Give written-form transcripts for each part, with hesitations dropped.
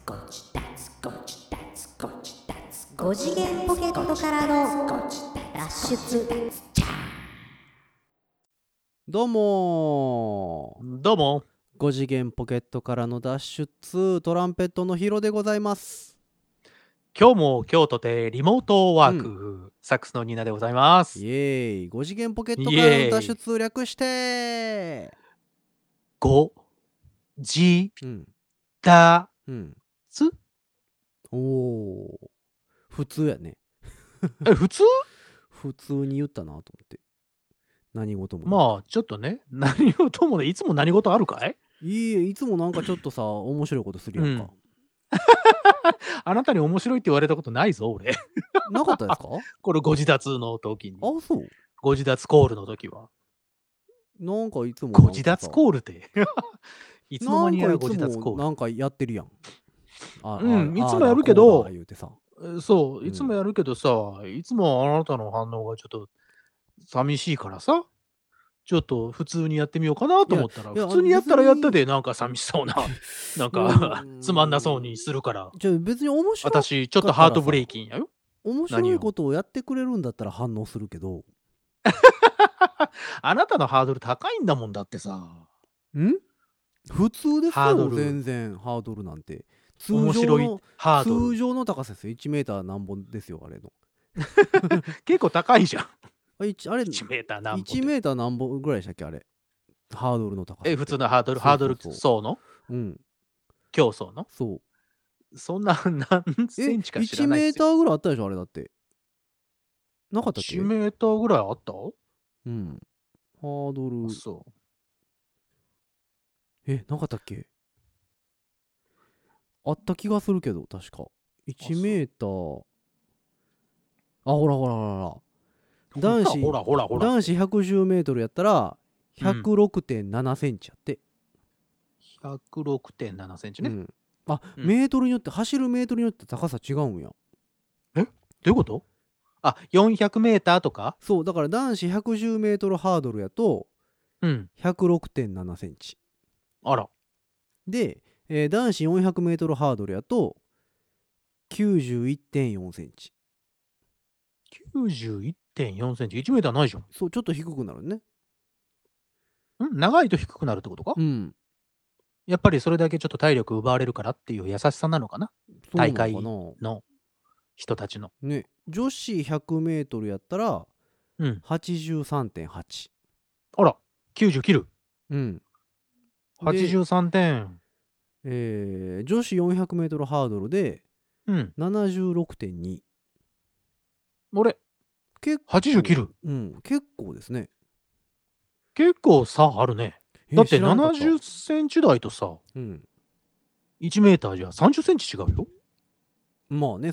5次元ポケットからの脱出。 どうも5次元ポケットからの脱出、トランペットのヒロでございます。 今日も京都でリモートワーク、サックスのニーナでございます。 イエーイ。5次元ポケットからの脱出略して 5次うん脱出、 おー、普通やね。 普通普通に言ったなと思って。何事も。 まあちょっとね、何事もね、いつも何事あるかい？ いいえ、いつもなんかちょっとさ面白いことするやんか、 あなたに面白いって言われたことないぞ俺。 なかったですか？ これご自立の時に。 あ、そう。 ご自立コールの時は。 なんかいつもご自立コールっていつの間にやご自立コール。 なんかやってるやん。 いつもやるけど、 言うてさ。 そう、いつもやるけどさ、いつもあなたの反応がちょっと寂しいからさ、ちょっと普通にやってみようかなと思ったら、普通にやったらやったでなんか寂しそうな、なんかつまんなそうにするから。 じゃあ別に面白い。 私ちょっとハートブレイキンやよ。 面白いことをやってくれるんだったら反応するけど。 あなたのハードル高いんだもんだってさ。 普通ですよ、全然ハードルなんて。 面白いハードル。 通常の高さですよ。1メーター何本ですよ、あれの。 結構高いじゃん。 あれ 1メーター何本。 1メーター何本ぐらいでしたっけ、あれ。ハードルの高さ。 普通のハードル層の競争のそう。 そんな何センチか知らないですよ。 1メーターぐらいあったでしょ、あれだって。なかったっけ？ 1メーターぐらいあった？ ハードル。 そう。 なかったっけ？あった気がするけど、確か。1メーター。ほら。男子110メートルやったら、106.7 センチやって。 106.7 センチね。 メートルによって、走るメートルによって高さ違うんや。 どういうこと？400メーターとか？ そう、だから男子110メートルハードルやと、106.7 センチ。 あら。 で、男子400メートルハードルやと、91.4 センチ。 91.4 センチ。1メーターないじゃん。 そう、ちょっと低くなるね。 長いと低くなるってことか？やっぱりそれだけちょっと体力奪われるからっていう優しさなのかな？大会の人たちの。 ね、女子100メートルやったら、83.8。 あら、90切る。83点。 女子400メートルハードルで、76.2。 俺、80切る。 結構ですね。 結構差あるね。だって70センチ台とさ、1メーターじゃ30センチ違うよ。 まあね、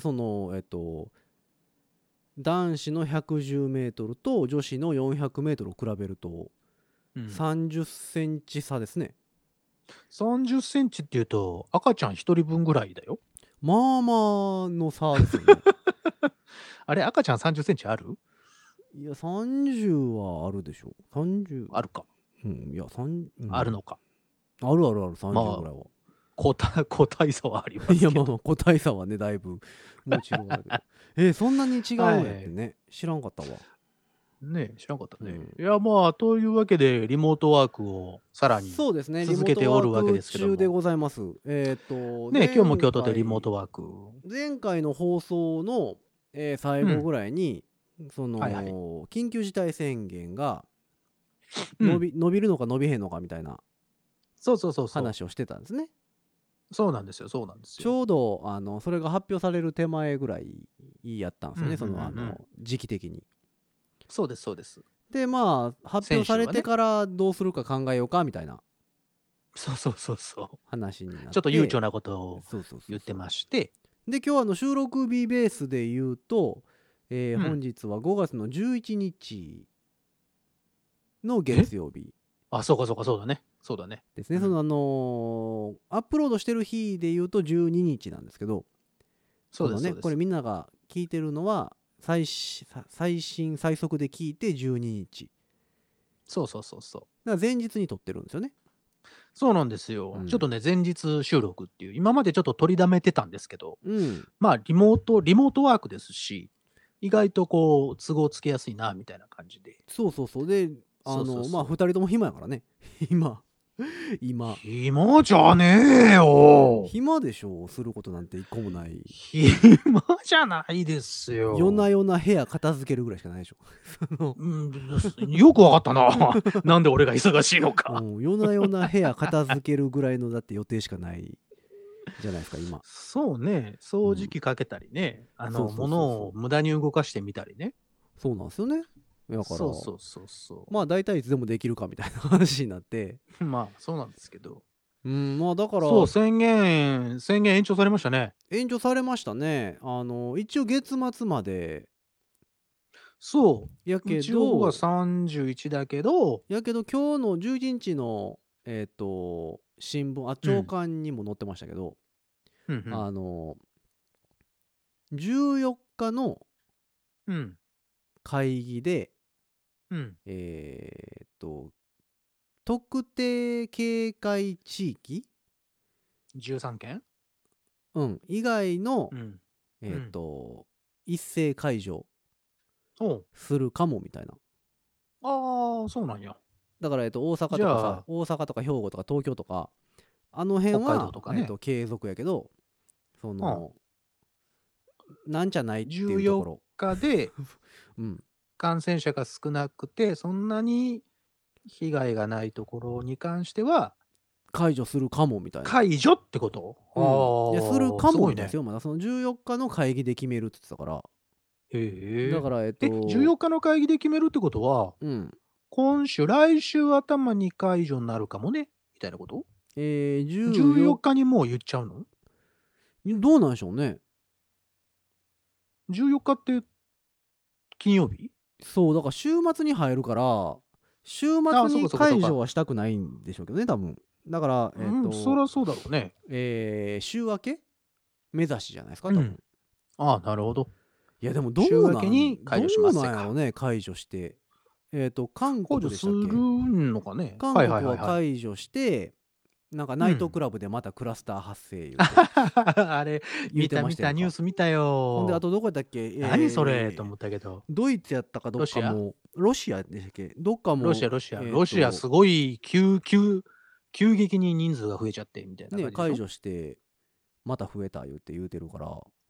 男子の110メートルと女子の400メートルを比べると、30センチ差ですね。 30センチっていうと、赤ちゃん1人分ぐらいだよ。 まあまあの差ですよね。 あれ、赤ちゃん30センチある？ いや、30はあるでしょ。30。 あるか。 いや、 あるのか。 ある、30ぐらいは。 個体差はありますけど。 いや、まあ、個体差はね、だいぶ、もちろんあるけど。そんなに違うんやってね。知らんかったわ。 ね、知らんかったね。いや、まあ、というわけで、リモートワークをさらに続けておるわけですけども。 中でございます。 ね、今日も京都でリモートワーク。 前回の放送の、最後ぐらいに、緊急事態宣言が伸びるのか伸びへんのかみたいな話をしてたんですね。 そうなんですよ。ちょうどそれが発表される手前ぐらいやったんですよね、時期的に。 そうです。 で、まあ発表されてからどうするか考えようかみたいな話になって、 ちょっと悠長なことを言ってまして、 で今日収録日ベースで言うと、本日は5月の11日の月曜日。 そうだね。 ですね。アップロードしてる日で言うと12日なんですけど、 そうですね。 これみんなが聞いてるのは最速で聞いて12日。 そう。 だから前日に撮ってるんですよね。 そうなんですよ。 うんちょっとね、前日収録っていう、今までちょっと取りだめてたんですけど、 うんまあ、リモートワークですし、意外とこう、都合つけやすいな、みたいな感じで。 そうそうそう。でそうそうそうまあ2人とも暇やからね今暇じゃねえよ。 暇でしょう。することなんて一個もない。 暇じゃないですよ。 夜な夜な部屋片付けるぐらいしかないでしょよくわかったな。なんで俺が忙しいのか。 夜な夜な部屋片付けるぐらいのだって予定しかないじゃないですか今。 そうね。掃除機かけたりね。 そうそうそうそう物を無駄に動かしてみたりね。 そうなんですよね。だからそう。 まあ大体いつでもできるかみたいな話になってまあ、そうなんですけど。 まあだからそう、宣言延長されましたね。 延長されましたね。一応月末までそう。 やけ一応どは31だけど、 今日の11日の新聞朝刊にも載ってましたけど、 うんうんあの14日のうん会議でうん特定警戒地域 13件以外のうん一斉解除おうするかもみたいな。 ああ、そうなんや。 だから大阪とじゃあかさ、大阪とか兵庫とか東京とかあの辺北海は道とかね継続やけど、そのなんじゃないっていうところ、 14日でうん感染者が少なくて、そんなに被害がないところに関しては、 解除するかもみたいな。 解除ってこといやするかもですよ。 よ。まだその14日の会議で決めるって言ってたから。 へえ。 だから 14日の会議で決めるってことは、来週頭に解除になるかもねみたいなこと ?14 日にもう言っちゃうの？ どうなんでしょうね。 14日って金曜日？ そうだから週末に入るから週末に解除はしたくないんでしょうけどね多分。だからそりゃそうだろうね。 週明け目指しじゃないですか多分。 ああ、なるほど。 いやでもどう週明けに解除しますか。 どうなんやろね解除して。韓国でしたっけ？ 解除するのかね。 韓国は解除してなんかナイトクラブでまたクラスター発生言うてあれ見たニュース見たよ。 ほんであとどこやったっけ？ 何それと思ったけど。 ドイツやったかどっかもロシアでしたっけ？どっかもロシアすごい急激に人数が増えちゃってみたいな感じでしょ。 解除してまた増えた言うてるから、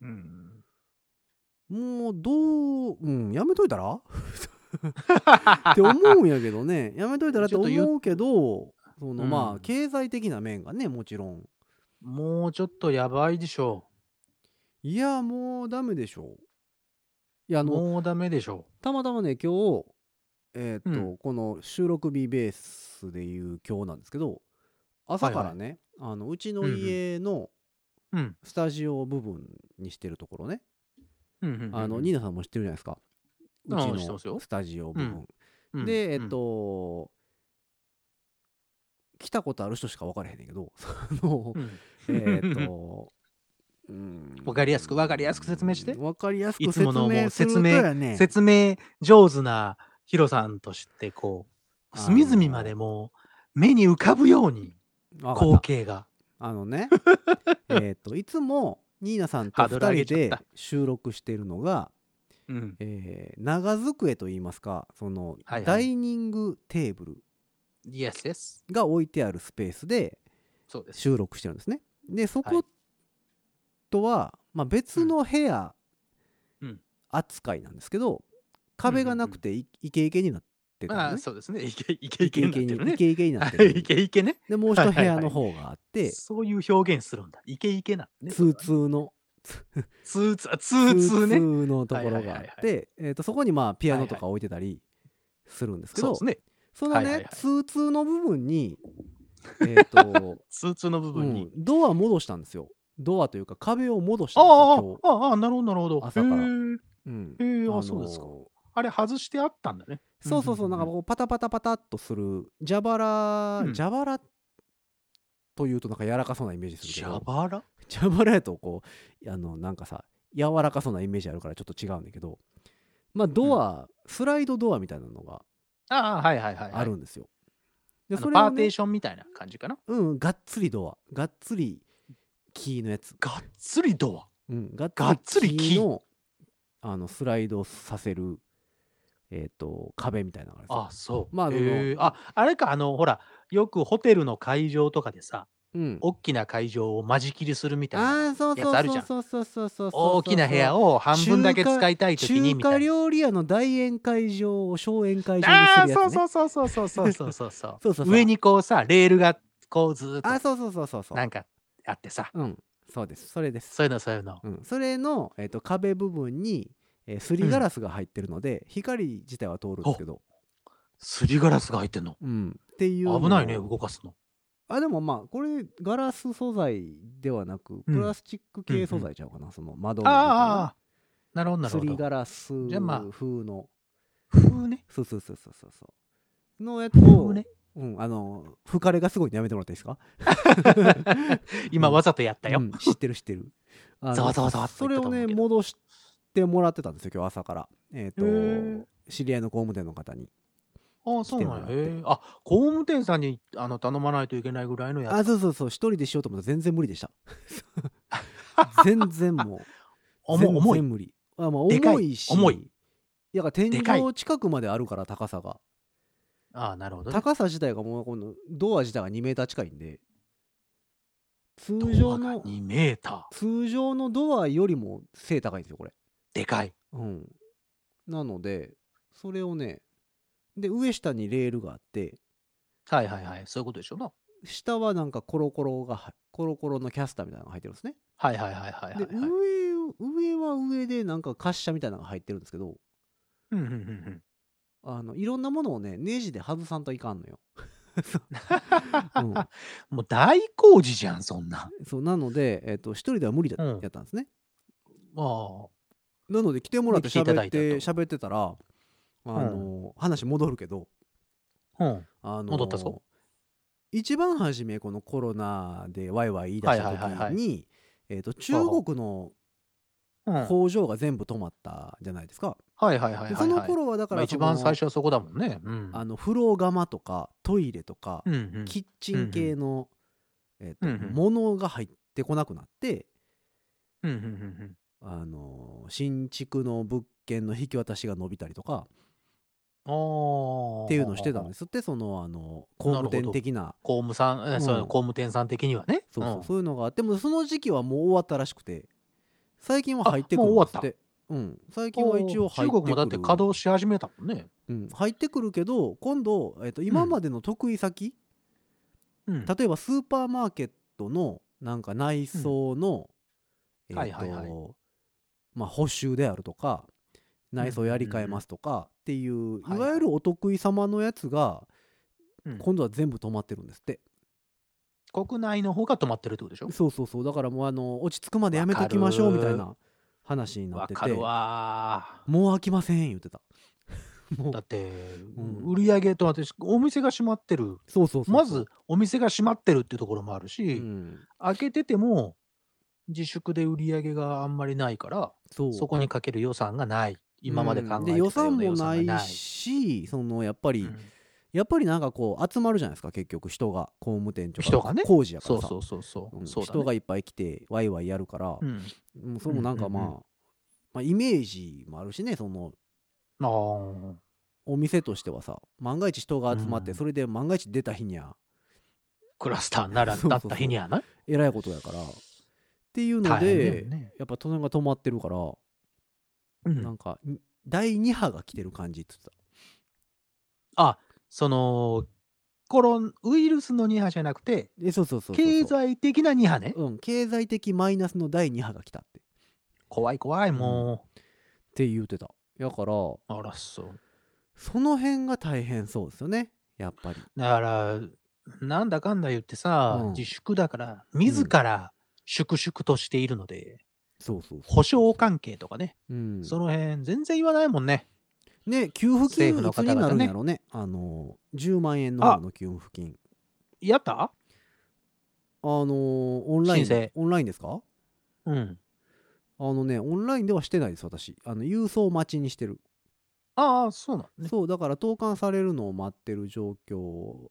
もうやめといたらって思うんやけどね。やめといたらって思うけど、まあ経済的な面がねもちろんもうちょっとやばいでしょう。いやもうダメでしょう。いやもうダメでしょう。 たまたまね今日この収録日ベースでいう今日なんですけど、朝からね、うちの家のスタジオ部分にしてるところね、ニーナさんも知ってるじゃないですか、うちのスタジオ部分、で来たことある人しか分からへんねんけど分かりやすく説明して。 分かりやすくいつものもう説明上手なヒロさんとしてこう隅々までもう目に浮かぶように光景がいつもニーナさんと2人で収録してるのが、長机といいますか、そのダイニングテーブルが置いてあるスペースで収録してるんですね。でそことは、別の部屋扱いなんですけど、壁がなくてイケイケになってたのね。 そうですね。イケイケになってるね。 イケイケになってる。 イケイケね。 でもう一部屋の方があって、 そういう表現するんだ。イケイケなんね。 ツーツーのツーツーのところがあって、そこにピアノとか置いてたりするんですけど、そのねツーツーの部分にツーツーの部分にドア戻したんですよ。ドアというか壁を戻したんですよ。 なるほど。 朝から。 そうですか。あれ外してあったんだね。 そうなんかこうパタパタパタっとする蛇腹というとなんか柔らかそうなイメージするけど、蛇腹やとこうなんかさ柔らかそうなイメージあるからちょっと違うんだけど、ドアスライドドアみたいなのがあるんですよ。 でそれをパーテーね、 ションみたいな感じかな。 がっつりドア、がっつりキーのやつ、 がっつりドア。 ががっっつりつりキー。 キーのスライドさせる壁みたいなのがあるんですよ。 あ、そう。 まああれか、ほら、よくホテルの会場とかでさ、 うん大きな会場を間仕切りするみたいなそうやつあるじゃん。 そうそうそうそうそう大きな部屋を半分だけ使いたいときに中華みたいな。 料理屋の大宴会場を小宴会場にするやつね。 そうそうそうそうそうそうそうそうそう上にこうさ、レールがこうずーっとそうそうそうそうなんかあってさ、 そうです、それです。 そういうの。 それの、壁部分に、すりガラスが入ってるので、光自体は通るんですけど、 すりガラスが入ってんの。 っていうのを危ないね、動かすの。 でもまあこれガラス素材ではなくプラスチック系素材ちゃうかな、その窓の部分がなるほどなるほど。 すりガラスじゃあまあ風の風ね。 そうのやつをね。 吹かれがすごいのやめてもらっていいですか？ 今わざとやったよ。 知ってる。 ざわざわざわっとそれをね戻してもらってたんですよ今日朝から。知り合いの工務店の方に。 そうなんや。工務店さんに頼まないといけないぐらいのやつ。 そう一人でしようと思ったら全然無理でした。全然もう重い。 無理。重いし、 重い。 いや天井近くまであるから高さが。 なるほど、ね。 高さ自体がもうこのドア自体が2メーター近いんで、通常の 2メーター。 通常のドアよりも背高いんですよこれ。 でかい。 なのでそれをね、で上下にレールがあって、 そういうことでしょうな。 下はなんかコロコロのキャスターみたいなのが入ってるんですね。で上は上でなんか滑車みたいなのが入ってるんですけど、いろんなものをねネジで外さんといかんのよ。 もう大工事じゃんそんな。 そうなので一人では無理だやったんですね。なので来てもらって喋ってたら話戻るけど、 戻ったぞ。 一番初めこのコロナでワイワイ言い出した時に中国の工場が全部止まったじゃないですか。その頃はだから一番最初はそこだもんね。 風呂釜とかトイレとかキッチン系のものが入ってこなくなって、新築の物件の引き渡しが伸びたりとかっていうのをしてたんですって。その工務店的な工務店さん的にはね。 そういうのがあっても、その時期はもう終わったらしくて、最近は入ってくるんですって。最近は一応入ってくる。 中国もだって稼働し始めたもんね。 入ってくるけど今度今までの得意先、例えばスーパーマーケットのなんか内装の補修であるとか内装やり替えますとかっていういわゆるお得意様のやつが今度は全部止まってるんですって。 国内の方が止まってるってことでしょ。 そうだからもう落ち着くまでやめときましょうみたいな話になってて、もう飽きません言ってた。 だって売り上げと私お店が閉まってる。まずお店が閉まってるっていうところもあるし、開けてても自粛で売り上げがあんまりないから、そこにかける予算がない。今まで考えてたような予算がない。予算もないし、やっぱりなんかこう集まるじゃないですか、結局人が工務店とか工事やからさ、人がいっぱい来てワイワイやるから、それもなんかイメージもあるしね、そのお店としてはさ、万が一人が集まってそれで万が一出た日にはクラスターならだった日にはなえらいことやからっていうので、やっぱ隣が止まってるから、なんか第2波が来てる感じって言ってた。そのウイルスの2波じゃなくて、経済的な2波ね。 経済的マイナスの第2波が来たって。 怖いもう。 って言ってた。だからその辺が大変そうですよね、やっぱり。 だからなんだかんだ言ってさ、自粛だから自ら粛々としているので、保証関係とかね、その辺全然言わないもんね。 給付金いつになるんやろね。10万円の方の給付金。 やった？ オンラインですか？オンラインではしてないです、私。郵送待ちにしてる。 そうなんね。 だから投函されるのを待ってる状況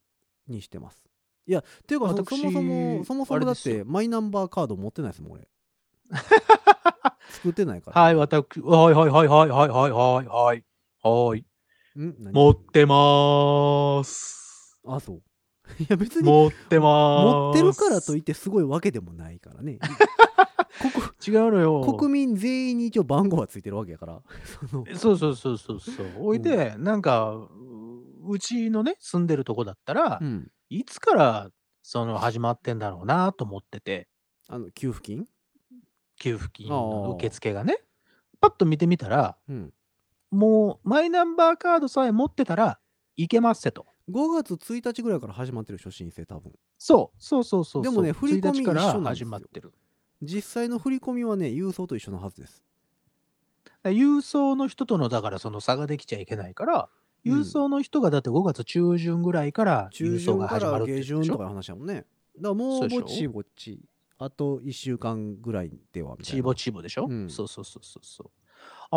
にしてます。いやっていうかそもそもだってマイナンバーカード持ってないですもん俺。作ってないから。 はい、私、はいはいはいはいはいはいはいはいはい。持ってまーす。 あ、そう。いや別に持ってまーす。 持ってるからといってすごいわけでもないからね。 違うのよ。 国民全員に一応番号はついてるわけやから。 そうそうそうそうそう。おいで、なんかうちのね住んでるとこだったら、いつからその始まってんだろうなと思ってて。 給付金の受付がね、パッと見てみたら、もうマイナンバーカードさえ持ってたらいけますせと。 5月1日ぐらいから始まってるでしょ申請多分。 そうでもね振り込み一緒なんですよ。 始まってる。 実際の振り込みはね郵送と一緒のはずです。 郵送の人とのだからその差ができちゃいけないから、郵送の人がだって5月中旬ぐらいから郵送が始まるって下旬とかの話だもんね。だからもうぼちぼちあと1週間ぐらいではみたいな。 チーボチーボでしょ、そう。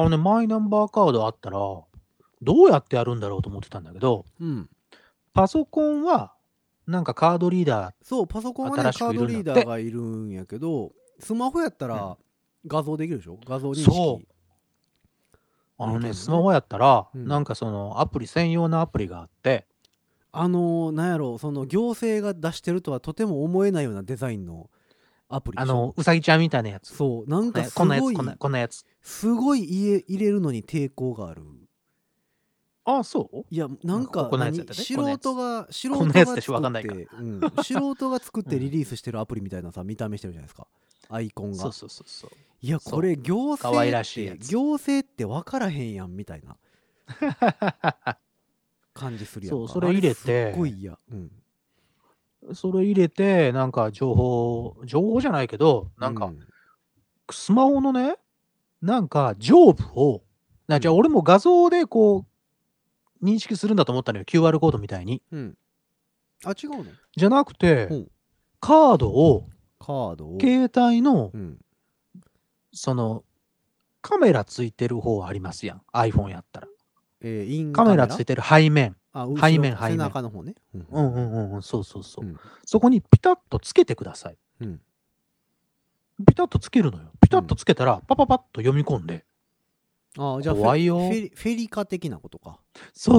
マイナンバーカードあったらどうやってやるんだろうと思ってたんだけど、パソコンはなんかカードリーダー、 そうパソコンはねカードリーダーがいるんやけど、スマホやったら画像できるでしょ、画像認識。そうスマホやったら、なんかそのアプリ専用のアプリがあって、 なんやろその行政が出してるとはとても思えないようなデザインのアプリでしょ。 うさぎちゃんみたいなやつ。 そうなんかすごいこんなやつすごい入れるのに抵抗がある。 あ、そういやなんか素人が作ってリリースしてるアプリみたいなさ見た目してるじゃないですか、アイコンが。そういやこれ行政って分からへんやんみたいな感じするやんか。 そうそれ入れてすっごい嫌。 それ入れてなんか情報じゃないけどなんか、スマホのねなんか上部をじゃあ俺も画像でこう認識するんだと思ったのよ QR コードみたいに。 あ違うのじゃなくて、カードを携帯の、そのカメラついてる方ありますやん iPhone やったら、カメラついてる背面背中の方ね。 そう、そこにピタッとつけてください。ピタッとつけるのよ。ピタッとつけたらパパパッと読み込んで、 じゃあ怖いよ。フェリカ的なことか。 そう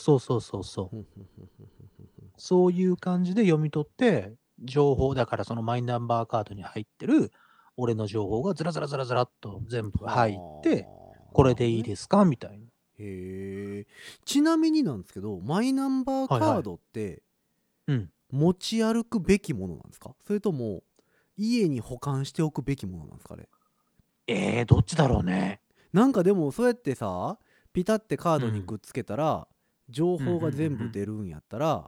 そういう感じで読み取って情報だからそのマイナンバーカードに入ってる俺の情報がずらっと全部入ってこれでいいですかみたいな。 へえ。ちなみになんですけどマイナンバーカードって持ち歩くべきものなんですか、それとも家に保管しておくべきものなんですかね。 どっちだろうね。 なんかでもそうやってさピタってカードにくっつけたら、情報が全部出るんやったら、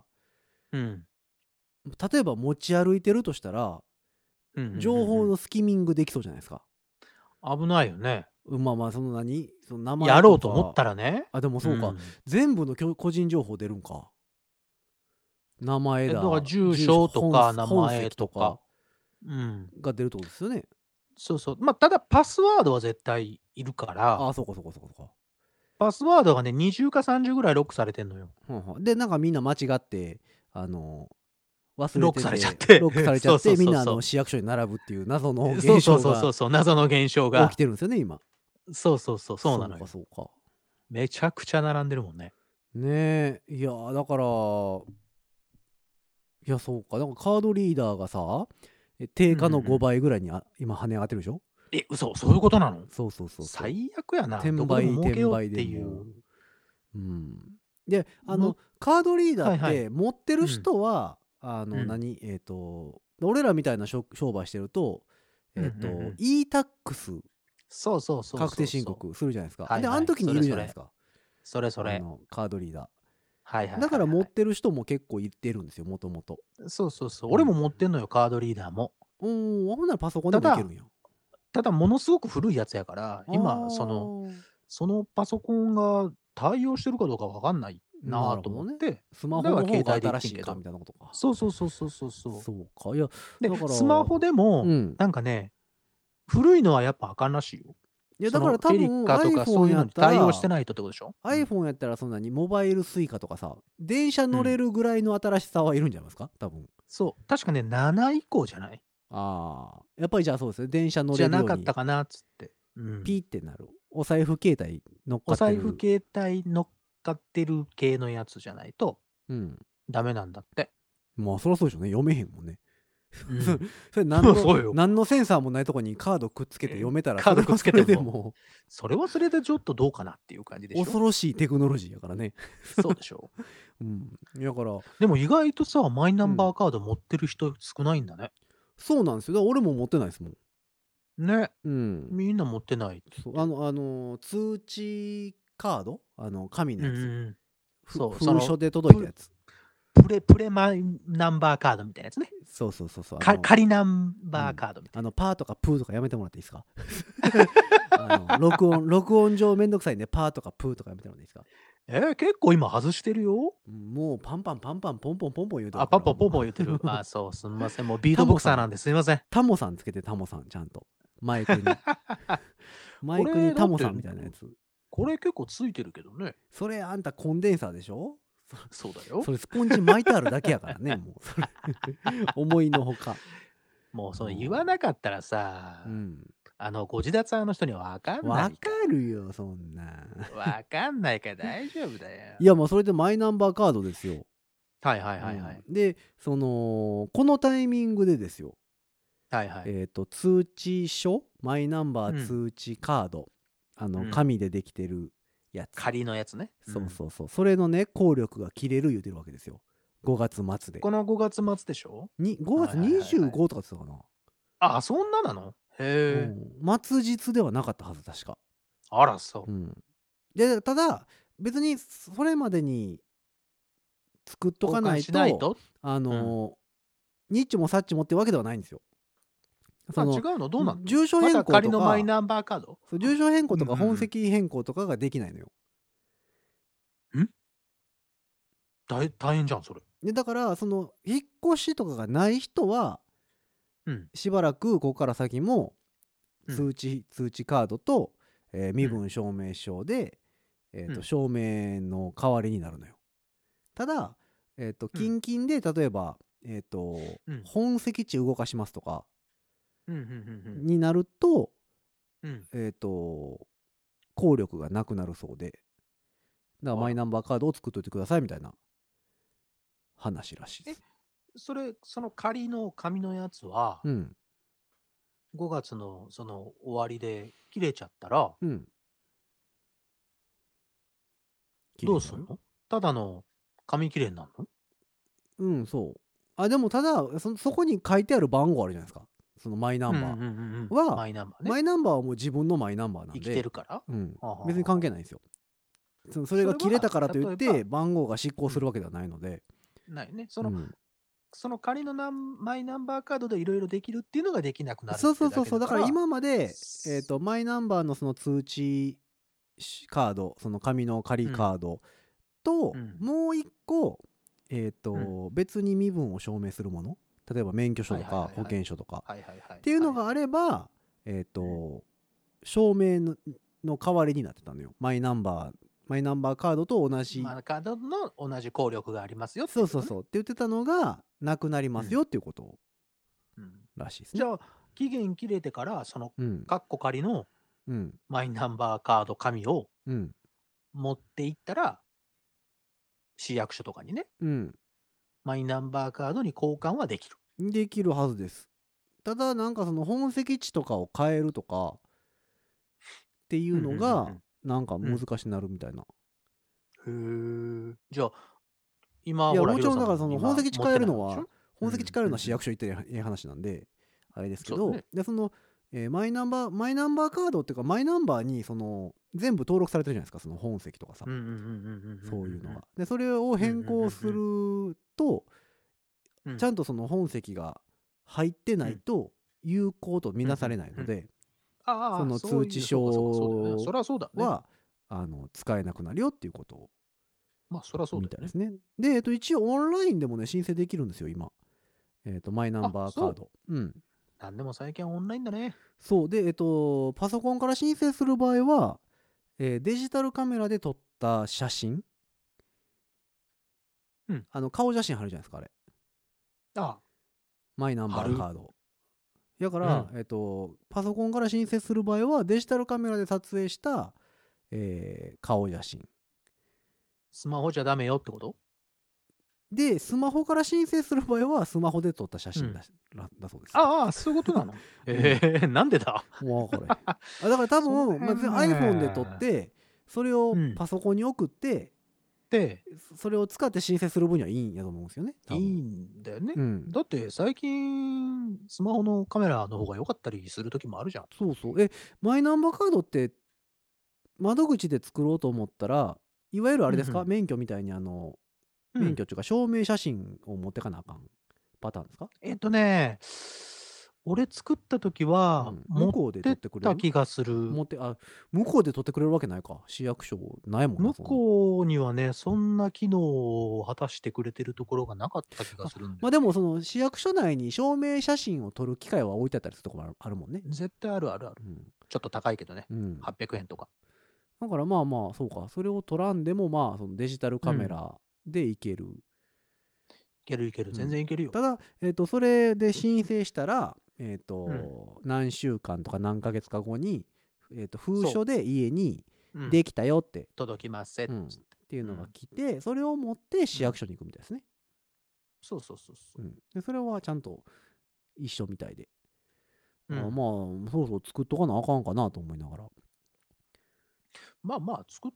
例えば持ち歩いてるとしたら、情報のスキミングできそうじゃないですか。 危ないよね。 まあその名前とかやろうと思ったらね。 でもそうか、全部の個人情報出るんか。名前だから住所とか名前とかが出るってことですよね。 そうただパスワードは絶対いるから。 そうかパスワードがね20か30ぐらいロックされてんのよ。 でなんかみんな間違って忘れててロックされちゃってみんな市役所に並ぶっていう謎の現象が謎の現象が起きてるんですよね今。 そうなのよ。 そうかめちゃくちゃ並んでるもんね。 ねえ。いやだからそうか。なんかカードリーダーがさ定価の5倍ぐらいに今跳ね上がってるでしょ。 嘘、そういうことなの。 そう最悪やな。 転売でもでカードリーダーって持ってる人は俺らみたいな商売してるとe-tax 確定申告するじゃないですか。で時にいるじゃないですか。 それカードリーダーだから持ってる人も結構いってるんですよもともと。 そう俺も持ってんのよカードリーダーも。 ほんならパソコンでもいけるんや。 ただものすごく古いやつやから今そのパソコンが対応してるかどうかわかんないなと思って、 スマホの方が新しいかみたいなことか。 そうか。いやでスマホでもなんかね古いのはやっぱあかんらしいよ。 いやだから多エリ分カとかそう iPhone いうのにやったら対応してないとってことでしょ？ iPhone やったらそんなにモバイルスイカとかさ、電車乗れるぐらいの新しさはいるんじゃないですか多分。 そう。確かね、7以降じゃない？ ああ、やっぱりじゃあそうですね。電車乗じゃなかっれるようにたかなっつって。 ピーってなる。お財布携帯乗っかおってる。 財布携帯乗っかってる系のやつじゃないとダメなんだって。 まあそりゃそうでしょうね。読めへんもんね。それそうよ。 何のセンサーもないとこにカードくっつけて読めたら、 カードくっつけてもそれはそれでちょっとどうかなっていう感じでしょ。 恐ろしいテクノロジーやからね。 そうでしょ。 だからでも意外とさ、マイナンバーカード持ってる人少ないんだね。 そうなんですよ。だから俺も持ってないですもん。 ね。みんな持ってないって。 通知カード紙のやつ。 そう。 封書で届いたやつ。 プレマイナンバーカードみたいなやつね。 そう。 仮ナンバーカードみたいな。 パーとかプーとかやめてもらっていいですか？録音上めんどくさいんで、パーとかプーとかやめてもらっていいですか？ 結構今外してるよ。 もうパンポンポンポン言うてる。 パンポン言うてる。そう、すみません。もうビートボクサーなんですみません。 タモさんつけて、タモさんちゃんと。マイクにタモさんみたいなやつ。 これ結構ついてるけどね。 それあんたコンデンサーでしょ？ そうだよ。 それスポンジ巻いてあるだけやからね、もう。それ思いのほか。 もうそう言わなかったらさ、ご自立派の人には分かんない。 分かるよ、そんな。 分かんないから大丈夫だよ。 いや、もうそれでマイナンバーカードですよ。 はい。 で、このタイミングでですよ。通知書、マイナンバー通知カード、紙でできてるやつ。 仮のやつね。 そう。それのね、効力が切れる言うてるわけですよ。5月末で。 この5月末でしょ ？5月25とかって言ったかな。 あ、そんななの？へえ。 末日ではなかったはず、確か。 あら、そう。 で、ただ、別にそれまでに作っとかないと、ニッチもサッチもってわけではないんですよ。 違うの？どうなの？ 住所変更とか、 仮のマイナンバーカード？ 住所変更とか本籍変更とかができないのよ。 大変じゃん、それ。 でだから引っ越しとかがない人は、しばらくここから先も通知カードと、身分証明書で、証明の代わりになるのよ。ただ、近々で例えば、本籍地動かしますとかになると、効力がなくなるそうで、だからマイナンバーカードを作っといてくださいみたいな話らしいです。 その仮の紙のやつは、5月のその終わりで切れちゃったら、どうすんの？ただの紙切れになるの？そう。でもただそこに書いてある番号あるじゃないですか。そのマイナンバーは、マイナンバーはもう自分のマイナンバーなんで、 生きてるから、 別に関係ないんですよ。それが切れたからといって番号が失効するわけではないので。 ないね。その仮のマイナンバーカードでいろいろできるっていうのができなくなる。 そう。だから今まで、マイナンバーのその通知カード、その紙の仮カードと、もう一個、別に身分を証明するもの、例えば免許証とか保険証とかっていうのがあれば、証明の代わりになってたのよ。マイナンバーカードと同じ。 カードの同じ効力がありますよって、 そうって言ってたのがなくなりますよっていうことらしいですね。 じゃあ期限切れてからそのカッコ仮のマイナンバーカード紙を持っていったら、市役所とかにね、マイナンバーカードに交換はできるはずです。ただなんかその本籍地とかを変えるとかっていうのがなんか難しくなるみたいな。 へえ。じゃあ今いやもちろんだからその本籍地変えるのは市役所行っていい話なんであれですけど、でそのマイナンバーカードっていうかマイナンバーにその全部登録されてるじゃないですか、その本籍とかさ、そういうのが。でそれを変更すると、ちゃんとその本籍が入ってないと有効とみなされないので、その通知書は使えなくなるよっていうことをみたいですね。で一応オンラインでもね申請できるんですよ今、マイナンバーカード。 なんでも最近はオンラインだね。 そうで、パソコンから申請する場合は、デジタルカメラで撮った写真、顔写真貼るじゃないですか、あれ。 あマイナンバーカード。だから、パソコンから申請する場合は、デジタルカメラで撮影した、顔写真。 スマホじゃダメよってこと？ で、スマホから申請する場合は、スマホで撮った写真だそうです。 ああ、そういうことなの？なんでだ？ もう分からへん。だから多分、iPhone で撮って、それをパソコンに送って、それを使って申請する分にはいいんやと思うんですよね。 いいんだよね。だって最近、スマホのカメラの方が良かったりする時もあるじゃん。 そうそう。マイナンバーカードって、窓口で作ろうと思ったら、いわゆるあれですか、免許みたいに免許っていうか証明写真を持ってかなあかんパターンですか？ 俺作った時は、向こうで撮ってくれた気がする。 向こうで撮ってくれるわけないか。市役所ないもんな。 向こうにはね、そんな機能を果たしてくれてるところがなかった気がするんで。 でもその市役所内に証明写真を撮る機械は置いてあったりするところあるもんね。 絶対あるあるある。ちょっと高いけどね。800円とか。 だからまあまあ、そうか。それを撮らんでも、まあ、そのデジタルカメラでいける。 いける。全然いけるよ。 ただ、それで申請したら、何週間とか何ヶ月か後に、封書で家にできたよって。 届きますっていうのが来て、それを持って市役所に行くみたいですね。 そう。 でそれはちゃんと一緒みたいで。まあ、そう作っとかなあかんかなと思いながら。 まあ、作って、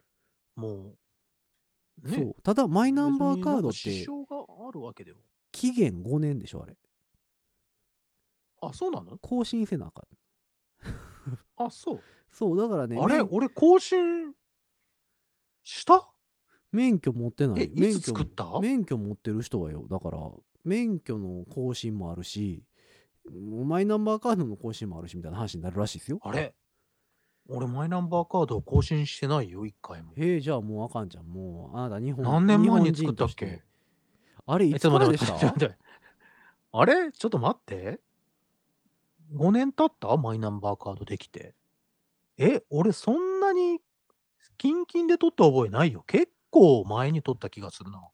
もう、 そう。ただ、マイナンバーカードって、 支障があるわけでも。 期限5年でしょ、あれ。 あ、そうなの？ 更新せなあかん。 あ、そう。 そう、だからね。 あれ俺更新した？ 免許持ってない。 いつ作った？ 免許持ってる人はよ。だから、免許の更新もあるし、マイナンバーカードの更新もあるしみたいな話になるらしいですよ。 あれ俺マイナンバーカードを更新してないよ、1回も。 じゃあもうあかんじゃん。もう、あなた何年前に作ったっけ？ あれ、いつからでした？ あれちょっと待って。5年経ったマイナンバーカードできて。俺そんなにキンキンで取った覚えないよ。結構前に取った気がするな。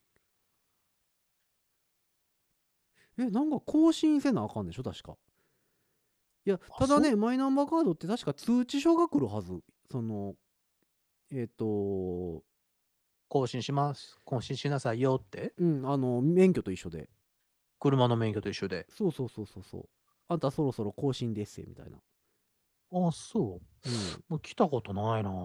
なんか更新せなあかんでしょ、確か。いや、ただね、マイナンバーカードって確か通知書が来るはず。その、 更新します。更新しなさいよって。 免許と一緒で。 車の免許と一緒で。 そう。あんたそろそろ更新ですみたいな。 あ、そう。もう来たことないな。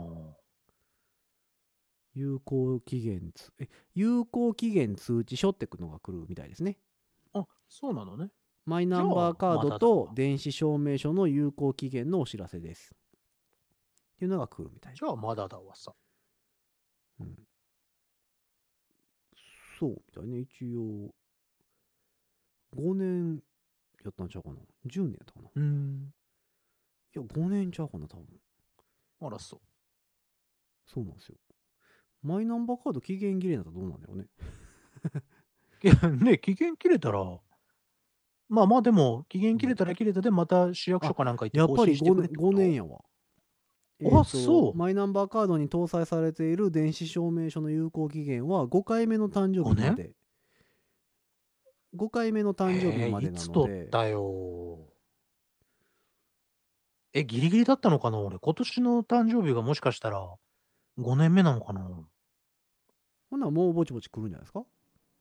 有効期限通知書ってのが来るみたいですね。 あ、そうなのね。 マイナンバーカードと電子証明書の有効期限のお知らせです。っていうのが来るみたい。 じゃあまだだわさ。 そうみたいね。一応、5年やったんちゃうかな。10年やったかな。いや、5年ちゃうかな、多分。 あら、そう。 そうなんですよ。マイナンバーカード期限切れになったらどうなんだよね。 ね、期限切れたら、まあでも、期限切れたら切れたで、また市役所かなんか行って更新してくれってこと？ やっぱり5年やわ。 そう。 マイナンバーカードに搭載されている電子証明書の有効期限は5回目の誕生日まで。5回目の誕生日までなので。 いつ取ったよ。ギリギリだったのかな俺。今年の誕生日がもしかしたら5年目なのかな。 ほんならもうぼちぼち来るんじゃないですか？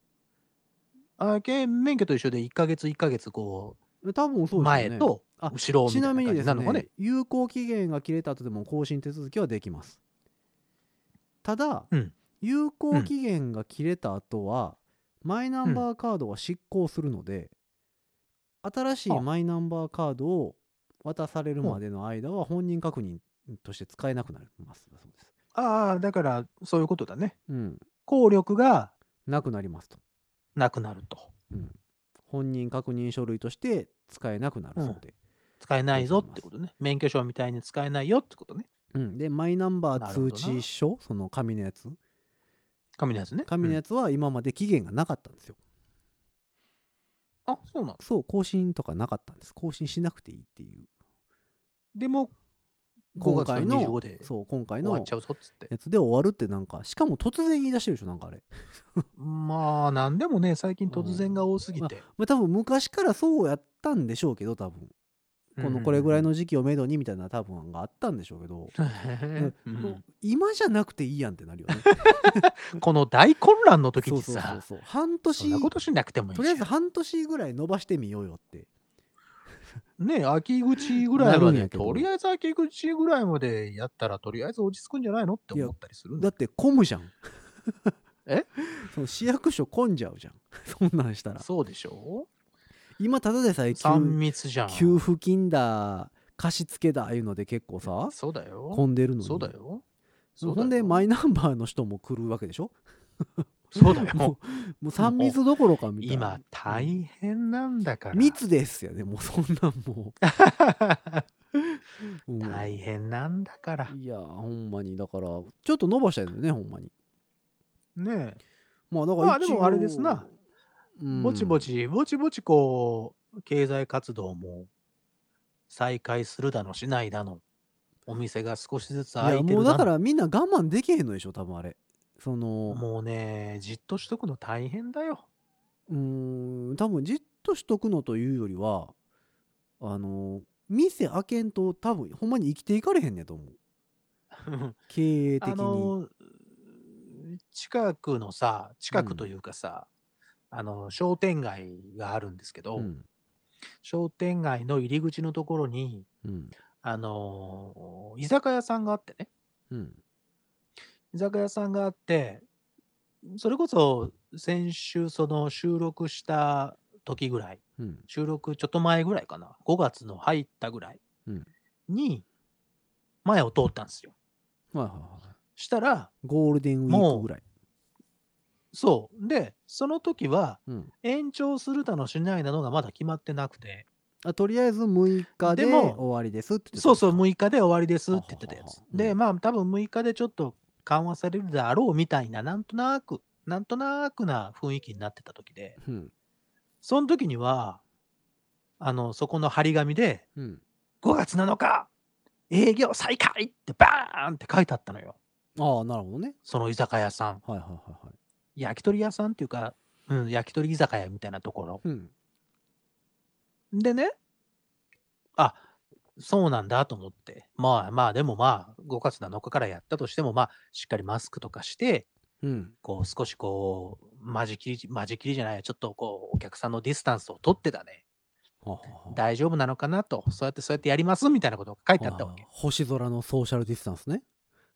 免許と一緒で1ヶ月1ヶ月こう、 多分そうですね。 前と後ろみたいな感じなのかね。 有効期限が切れた後でも更新手続きはできます。ただ、有効期限が切れた後は、マイナンバーカードは失効するので、新しいマイナンバーカードを渡されるまでの間は本人確認として使えなくなります。そうです。 だからそういうことだね。効力がなくなりますと。 なくなると。 本人確認書類として使えなくなるそうで。 使えないぞってことね。免許証みたいに使えないよってことね。 で、マイナンバー通知書、その紙のやつ。 紙のやつね。 紙のやつは今まで期限がなかったんですよ。 あ、そうなの。 そう、更新とかなかったんです。更新しなくていいっていう。 でも、5 今月の回の 25でそう今回の終わっちゃうぞっつって。 やつで終わるってなんかしかも突然言い出してるでしょなんかあれ。 まあ、なんでもね、最近突然が多すぎまて。 あ多分昔からそうやったんでしょうけど多分これぐらいの時期をめどにみたいな多分があったんでしょうけど、もう今じゃなくていいやんってなるよね。 この大混乱の時にそうさ、 半年そんなことしなくてもいいじゃん。 とりあえず半年ぐらい伸ばしてみようよってね、秋口ぐらいまで、 なるんやけどとりあえず秋口ぐらいまでやったら、とりあえず落ち着くんじゃないのって思ったりするんだって混むじゃん。 えその市役所混んじゃうじゃん。そんなんしたら。 そうでしょ。 今ただでさえ 3密じゃん。 給付金だ貸付だいうので結構さそうだよ。 混んでるのに。 そうだよ。 ほんでマイナンバーの人も来るわけでしょ。 そうだよ。 もう3密どころかみたいな。 今大変なんだから。 密ですよね。もうそんなんもう。 大変なんだから。 いやほんまにだからちょっと伸ばしたいんだよねほんまに。 ねえ。 まあだからでもあれですな。ぼちぼちこう経済活動も再開するだのしないだの。お店が少しずつ開いてるだの。 いやもうだからみんな我慢できへんのでしょ多分あれ。 もうねじっとしとくの大変だよ。 多分じっとしとくのというよりは店開けんと多分ほんまに生きていかれへんねんと思う。経営的に。 近くというかさ、商店街があるんですけど、商店街の入り口のところに、居酒屋さんがあってね、居酒屋さんがあって、それこそ先週その収録した時ぐらい、収録ちょっと前ぐらいかな、5月の入ったぐらいに前を通ったんですよ。したらゴールデンウィークぐらい。 そうでその時は延長するだのしないなのがまだ決まってなくて、 とりあえず6日で終わりですって言ってた。 そう6日で終わりですって言ってたやつで、まあ多分6日でちょっと緩和されるだろうみたいななんとなくな雰囲気になってた時で、その時にはそこの張り紙で、5月7日営業再開ってバーンって書いてあったのよ。 ああなるほどね。 その居酒屋さん。焼き鳥屋さんっていうか、焼き鳥居酒屋みたいなところ。でね、あ、そうなんだと思って。まあでも5月7日からやったとしても、しっかりマスクとかして、こう少しこう、間仕切りじゃない、ちょっとこう、お客さんのディスタンスを取ってだね。大丈夫なのかなと、そうやってやりますみたいなことが書いてあったわけ。 星空のソーシャルディスタンスね。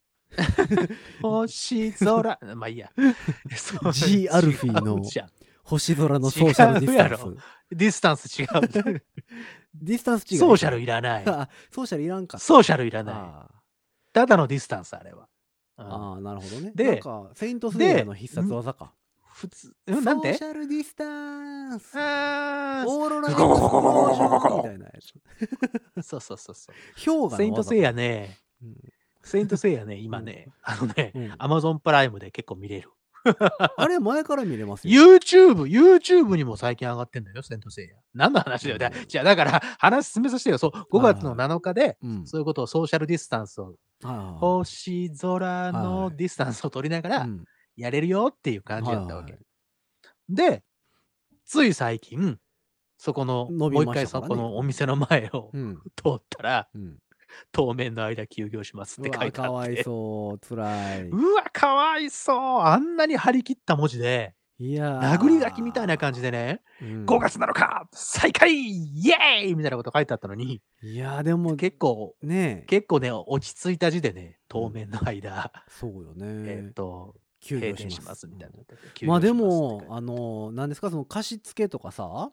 星空、まあいいや。 G アルフィーの星空のソーシャルディスタンス。 ディスタンス違う。 ディスタンス違う。 ソーシャルいらない。 ソーシャルいらんか。 ソーシャルいらない。ただのディスタンスあれは。 なるほどね。 で、 なんかセイントセイヤの必殺技か。 普通なんで？ ソーシャルディスタンス。オーロラエクスプロージョンみたいなやつ。 そう。 氷河の技。 セイントセイヤね。セイントセイヤね、今ね、アマゾンプライムで結構見れる。 あれ前から見れますよ。YouTube にも最近上がってんだよ、セイントセイヤ。何の話だよ。じゃあだから話進めさせてよ。そう、5月の7日で、そういうことをソーシャルディスタンスを、星空のディスタンスを取りながら、やれるよっていう感じだったわけ。で、つい最近、そこの、もう一回そこのお店の前を通ったら、当面の間休業しますって書いてあって。 かわいそう、つらい。 かわいそう。あんなに張り切った文字で、殴り書きみたいな感じでね、5月7日再開イエーイみたいなこと書いてあったのに、 いやでも結構ね、落ち着いた字でね、当面の間、 そうよね。 休業しますみたいな。 まあでも、何ですか、その貸付とかさ、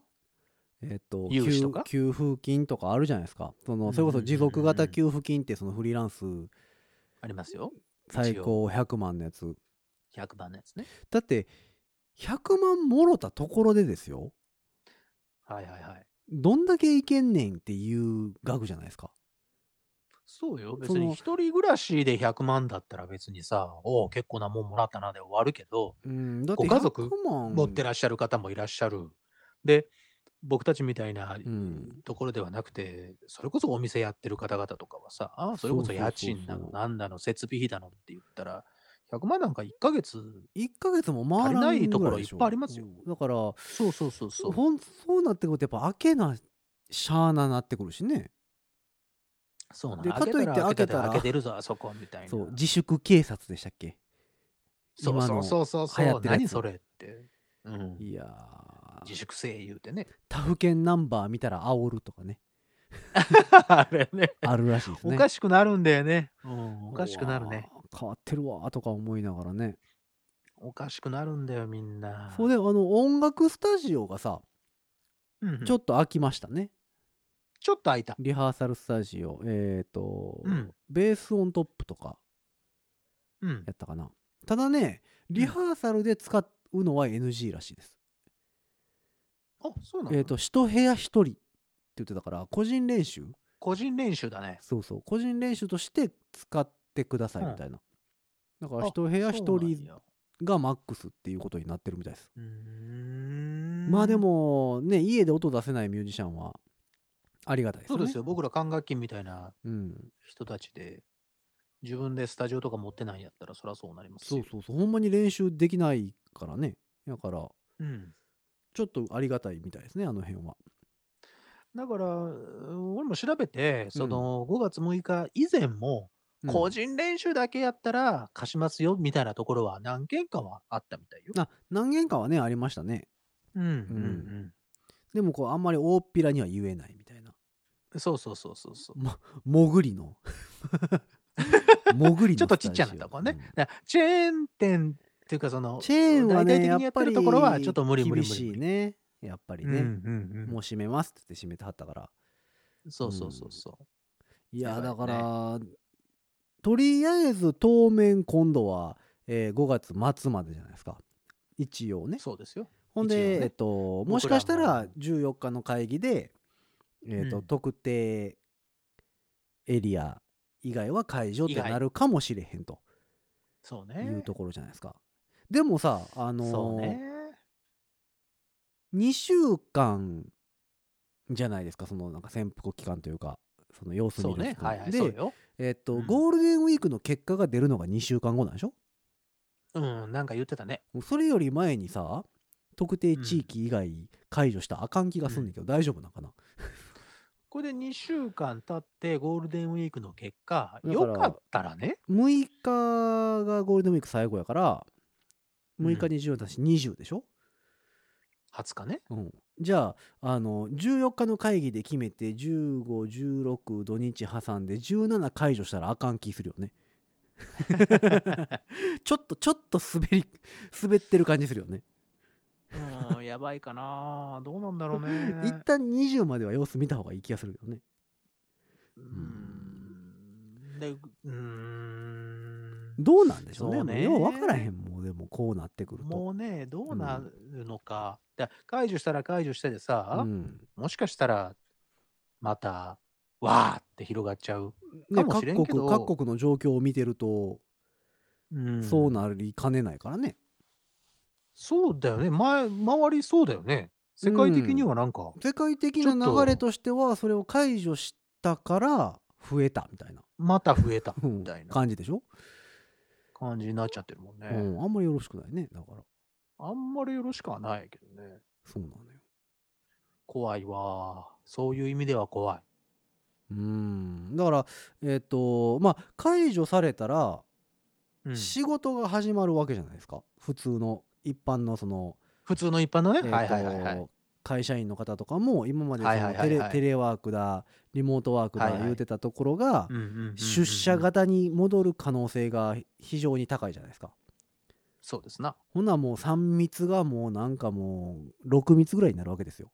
給付金とかあるじゃないですか。それこそ持続型給付金ってそのフリーランスありますよ。 最高100万のやつ。 100万のやつね。 だって100万もろたところでですよ。どんだけいけんねんっていう額じゃないですか。 そうよ。別に一人暮らしで100万だったら別にさ、結構なもんもらったなで終わるけど、ご家族持ってらっしゃる方もいらっしゃる。で、 僕たちみたいなうんところではなくて、それこそお店やってる方々とかはさ、それこそ家賃なの、なんだの、設備費だのって言ったら、100万なんか1ヶ月 1ヶ月も足り回らないところんぐらいでしょ。 いっぱいありますよ。 だからそうそうそうそう。 そうなってくるとやっぱ開けなしゃあなってくるしね。 そうなんでかといって開けたら開けてるぞあそこみたいな。 そう自粛警察でしたっけ。 そうそうそうそうそう。 流行ってるやつ何それって。うん。 いや自粛せえ言うてね。 他府県ナンバー見たら煽るとかね。 あれね。 あるらしいですね。 おかしくなるんだよね。うん、おかしくなるね。 変わってるわとか思いながらね。 おかしくなるんだよみんな。 そうで音楽スタジオがさ、ちょっと開きましたね。 ちょっと開いた。 リハーサルスタジオベースオントップとかやったかな。ただねリハーサルで使うのは NG らしいです。 そうなの？ 一部屋一人って言ってたから個人練習だね。 そうそう個人練習として使ってくださいみたいな。だから一部屋一人がマックスっていうことになってるみたいです。まあでもね家で音出せないミュージシャンはありがたいですね。 そうですよ。僕ら管楽器みたいな人たちで、自分でスタジオとか持ってないんやったらそりゃそうなりますよ。 そうほんまに練習できないからね。だからちょっとありがたいみたいですねあの辺は。 だから俺も調べてその5月6日以前も個人練習だけやったら貸しますよみたいなところは何件かはあったみたいよ。 何件かはねありましたね。でもこうあんまり大っぴらには言えないみたいな。 そう。 潜りのちょっとちっちゃなとこね。チェーン店っていうかそのチェーンはねやっぱりところはちょっと無理厳しいね。やっぱりね。もう閉めますって言って閉めてはったから。 そう。 いやだからとりあえず当面今度は5月末までじゃないですか。一応ね。 そうですよ。 ほんでもしかしたら14日の会議で特定エリア以外は解除ってなるかもしれへんというところじゃないですか。でもさ2週間じゃないですか。そのなんか潜伏期間というかその様子見る期間でゴールデンウィークの結果が出るのが2週間後なんでしょ。 なんか言ってたね。 それより前にさ特定地域以外解除したらあかん気がすんねんけど、大丈夫なんかな。 これで2週間経ってゴールデンウィークの結果よかったらね。 6日がゴールデンウィーク最後やから6日20だし20でしょ。 20日ね。 じゃあ14日の会議で決めて15、16土日挟んで17解除したらあかん気するよね。ちょっと滑ってる感じするよね。 やばいかな。どうなんだろうね。 一旦20までは様子見た方がいい気がするよね。どうなんでしょうね。よう分からへんもん。でもこうなってくるともうねどうなるのか。解除したら解除してでさ、もしかしたらまたわーって広がっちゃうかもしれんけど、 各国の状況を見てるとそうなりかねないからね。 そうだよね。周りそうだよね。世界的にはなんか、 世界的な流れとしてはそれを解除したから増えたみたいな。 また増えたみたいな感じでしょ。 感じになっちゃってるもんね。 あんまりよろしくないね。だからあんまりよろしくはないけどね。 そうなのよ。 怖いわ。そういう意味では怖い。 だからまあ解除されたら仕事が始まるわけじゃないですか。普通の一般のその普通の一般のね、 会社員の方とかも今までテレワークだリモートワークだ言うてたところが出社型に戻る可能性が非常に高いじゃないですか。 そうですな。 ほなもう3密がもうなんかもう6密ぐらいになるわけですよ。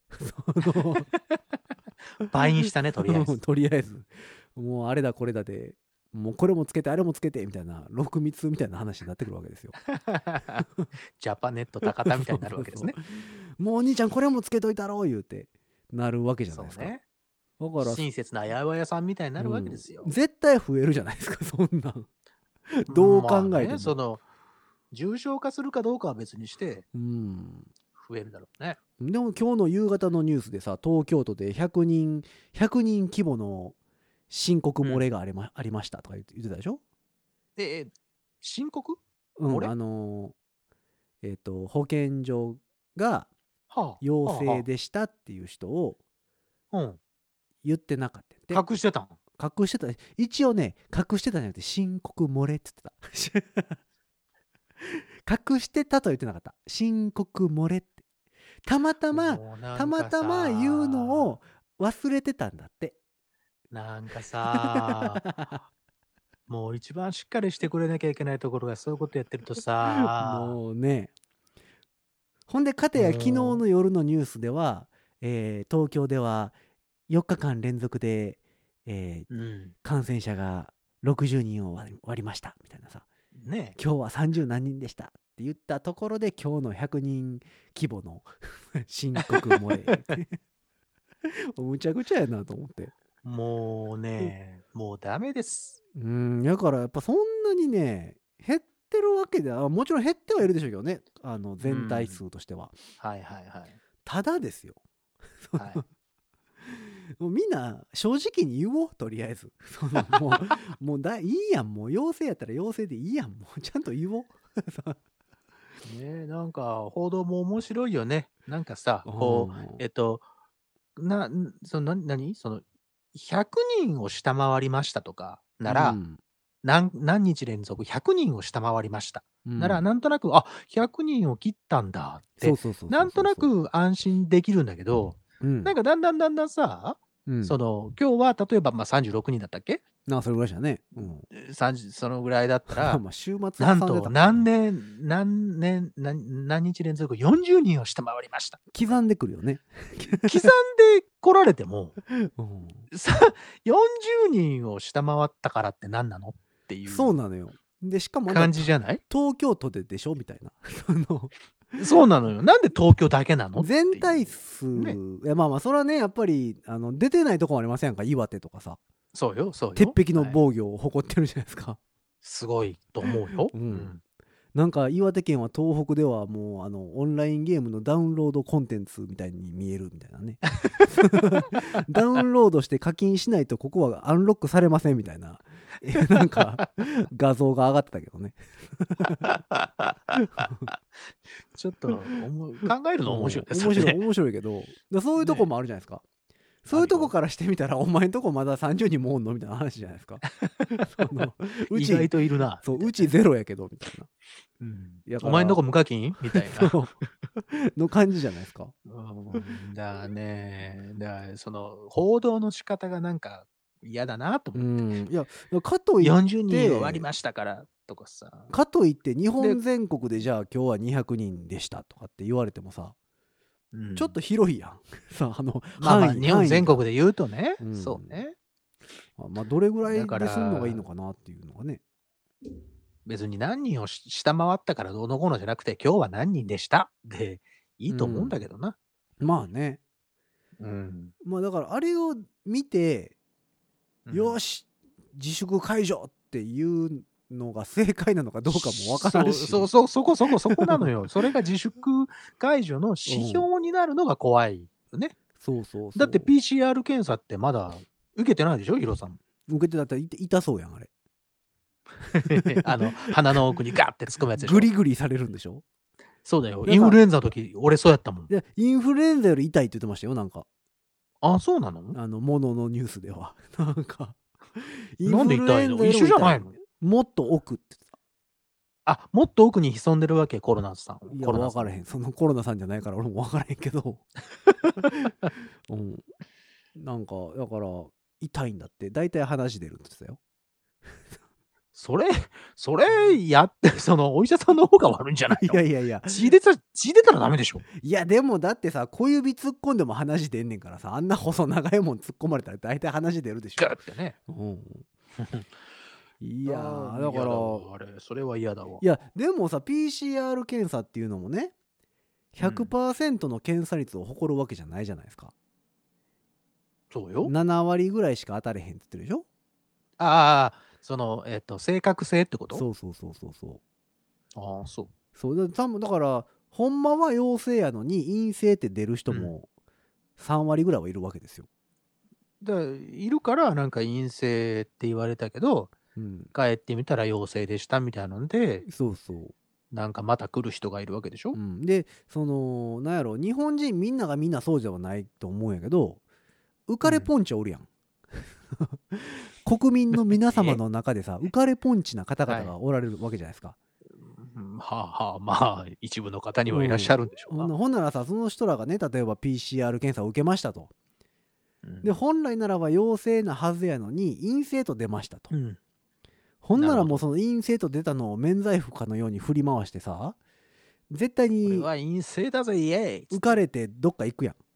倍にしたねとりあえず。 とりあえずもうあれだこれだでもうこれもつけてあれもつけてみたいな6密みたいな話になってくるわけですよ。 ジャパネット高田みたいになるわけですね。 もうお兄ちゃんこれもつけといたろう言うてなるわけじゃないですか。だから親切な八百屋さんみたいになるわけですよ。 絶対増えるじゃないですかそんなんどう考えても。 その重症化するかどうかは別にして、 増えるだろうね。 でも今日の夕方のニュースでさ、東京都で100人規模の申告漏れがありましたとか言ってたでしょ。 申告うん、保健所が陽性でしたっていう人を言ってなかったって。 隠してたん？ 隠してた。一応ね、隠してたんじゃなくて申告漏れって言ってた。隠してたとは言ってなかった。申告漏れって。たまたま言うのを忘れてたんだって。 なんかさもう一番しっかりしてくれなきゃいけないところがそういうことやってるとさもうね。ほんでかたや昨日の夜のニュースでは、東京では4日間連続で、感染者が60人を割りましたみたいなさ、 ね、 今日は30何人でしたって言ったところで今日の100人規模の申告漏れむちゃくちゃやなと思って。 もうね、もうダメです。 だからやっぱそんなにね減ってるわけではもちろん減ってはいるでしょうけどね、全体数としては。 はいはいはい。 ただですよ。 はいもうみんな正直に言おう、とりあえず。もういいやん、もう陽性やったら陽性でいいやん、もうちゃんと言おう。 ね、なんか報道も面白いよね。なんかさ、こうその100人を下回りましたとかなら、何日連続100人を下回りました、ならなんとなく100人を切ったんだってなんとなく安心できるんだけど、なんかだんだんさ、今日は例えば36人だったっけ？ それぐらいじゃね。 そのぐらいだったら週末なんと何日連続40人を下回りました。 刻んでくるよね。 刻んで来られても、40人を下回ったからって何なのっていう。 そうなのよ。でしかも感じじゃない？ 東京都でしょみたいな。 そうなのよ。なんで東京だけなの？ 全体数、まあそれはねやっぱり出てないとこもありませんか、岩手とかさ。 そうよ。 鉄壁の防御を誇ってるじゃないですか。 すごいと思うよ。 なんか岩手県は東北ではもうオンラインゲームのダウンロードコンテンツみたいに見えるみたいなね。ダウンロードして課金しないとここはアンロックされませんみたいななんか画像が上がってたけどね。 ちょっと考えるの面白いですね。 面白いけど、そういうとこもあるじゃないですか。そういうとこからしてみたらお前んとこまだ30人もおんのみたいな話じゃないですか。 意外といるな。 うちゼロやけどみたいな。 お前んとこ無課金みたいなの感じじゃないですか。 だね。その報道の仕方がなんか嫌だなと思って。 いやかといって 40人割りましたからとかさ。 かといって日本全国でじゃあ今日は200人でしたとかって言われてもさ、ちょっと広いやん。さ日本全国で言うとね。そうね。 どれぐらいでするのがいいのかなっていうのがね。 別に何人を下回ったからどうのこうのじゃなくて今日は何人でしたでいいと思うんだけどな。 まあね。だからあれを見て、よし自粛解除っていうのが正解なのかどうかもわからないし。 そこなのよ。それが自粛解除の指標になるのが怖いよね。だって PCR 検査ってまだ受けてないでしょ、ヒロさん。 受けてたったら痛そうやん、あれ。 鼻の奥にガッて突っ込むやつでしょ。 グリグリされるんでしょ。 そうだよ。インフルエンザの時俺そうやったもん。 インフルエンザより痛いって言ってましたよ、なんか。 そうなの？ もののニュースでは。なんか。 なんで痛いの？一緒じゃないの？ もっと奥って言ってた。もっと奥に潜んでるわけ、コロナさん。 いや、分からへん。そのコロナさんじゃないから俺も分からへんけど。なんか、だから、痛いんだって。大体話出るって言ってたよ。 それやって、お医者さんの方が悪いんじゃないの？ いや。 血出たらダメでしょ。 いや、でもだってさ、小指突っ込んでも話出んねんからさ、あんな細長いもん突っ込まれたら大体話出るでしょ。 ガッてね。 いやー、だからそれは嫌だわ。 いやでもさ PCR 検査っていうのもね 100% の検査率を誇るわけじゃないじゃないですか。 そうよ。 7割ぐらいしか当たれへんって言ってるでしょ。 正確性ってこと？ そう。 そう。 だからほんまは陽性やのに陰性って出る人も3割ぐらいはいるわけですよ。 いるからなんか陰性って言われたけど、 うん、 帰ってみたら陽性でしたみたいなので、 そうそう。 なんかまた来る人がいるわけでしょ、 うん、でなんやろ、日本人みんながみんなそうじゃないと思うんやけど、浮かれポンチはおるやん。国民の皆様の中でさ、浮かれポンチな方々がおられるわけじゃないですか。 はあはあ、まあ一部の方にはいらっしゃるんでしょうな。 ほんならさ、その人らがね、例えば PCR 検査を受けましたと。で本来ならば陽性なはずやのに陰性と出ましたと。ほんならもうその陰性と出たのを免罪符かのように振り回してさ、絶対にこれは陰性だぜイエーイ浮かれてどっか行くやん。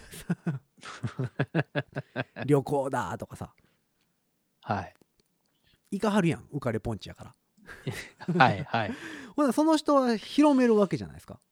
旅行だとかさ、 はい、 行かはるやん、浮かれポンチやから。 はいはい。 ほなその人は広めるわけじゃないですか。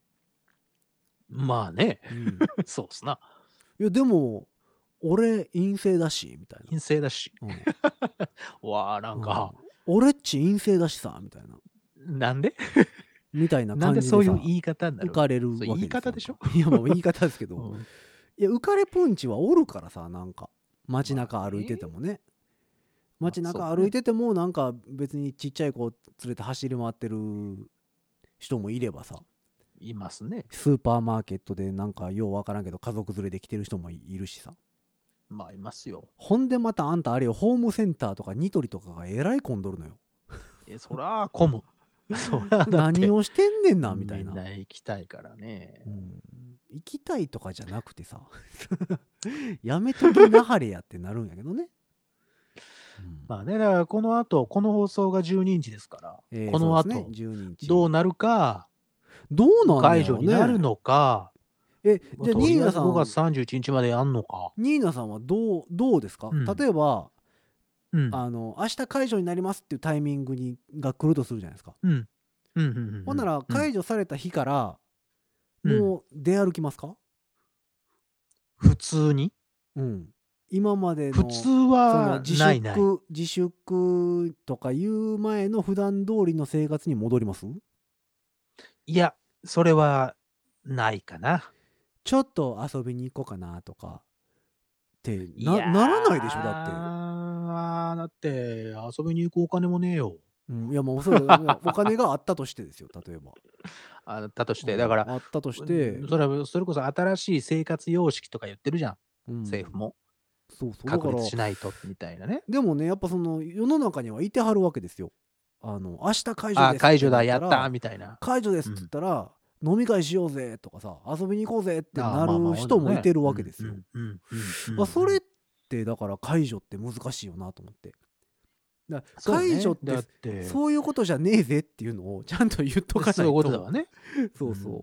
まあね、そうっすな。 いやでも俺陰性だしみたいな。 陰性だし、わあなんか、 俺っち陰性だしさみたいな。 なんでみたいな感じでさ、 なんでそういう言い方になる、 浮かれるわけですよ。 言い方でしょ。 いやもう言い方ですけど、いや浮かれポンチはおるからさ、なんか街中歩いててもね、街中歩いててもなんか別にちっちゃい子連れて走り回ってる人もいればさ、 いますね。 スーパーマーケットでなんかようわからんけど家族連れで来てる人もいるしさ。 まあいますよ。 ほんでまたあんたあれよ、ホームセンターとかニトリとかがえらい混んどるのよ。 そら混む。そら何をしてんねんなみたいな。 みんな行きたいからね、 行きたいとかじゃなくてさやめときなはれやってなるんやけどね。 まあね、だからこの後この放送が12日ですから、この後、ね、どうなるか、 どうなんだろうね、 解除になるのか、 じゃあニーナさん 5月31日までやんのか。 ニーナさんはどうですか、例えば、明日解除になりますっていうタイミングが来るとするじゃないですか。ほんなら解除された日からもう出歩きますか？ 普通に、 今までの普通はない自粛とかいう前の普段通りの生活に戻ります？ いや、それはないかな。 ちょっと遊びに行こうかなとかってならないでしょ。 だって遊びに行くお金もねえよ。 いやもうそれお金があったとしてですよ。例えばあったとして、だからあったとして、 それこそ新しい生活様式とか言ってるじゃん、政府も。 そう確立しないとみたいなね。 でもね、やっぱその世の中にはいてはるわけですよ。明日解除です。 解除だ、やったみたいな。 解除ですって言ったら、飲み会しようぜとかさ、遊びに行こうぜってなる人もいてるわけですよ。それってだから解除って難しいよなと思って。だ解除ってそういうことじゃねえぜっていうのをちゃんと言っとかないと。 そういうことだわね。 そうそう。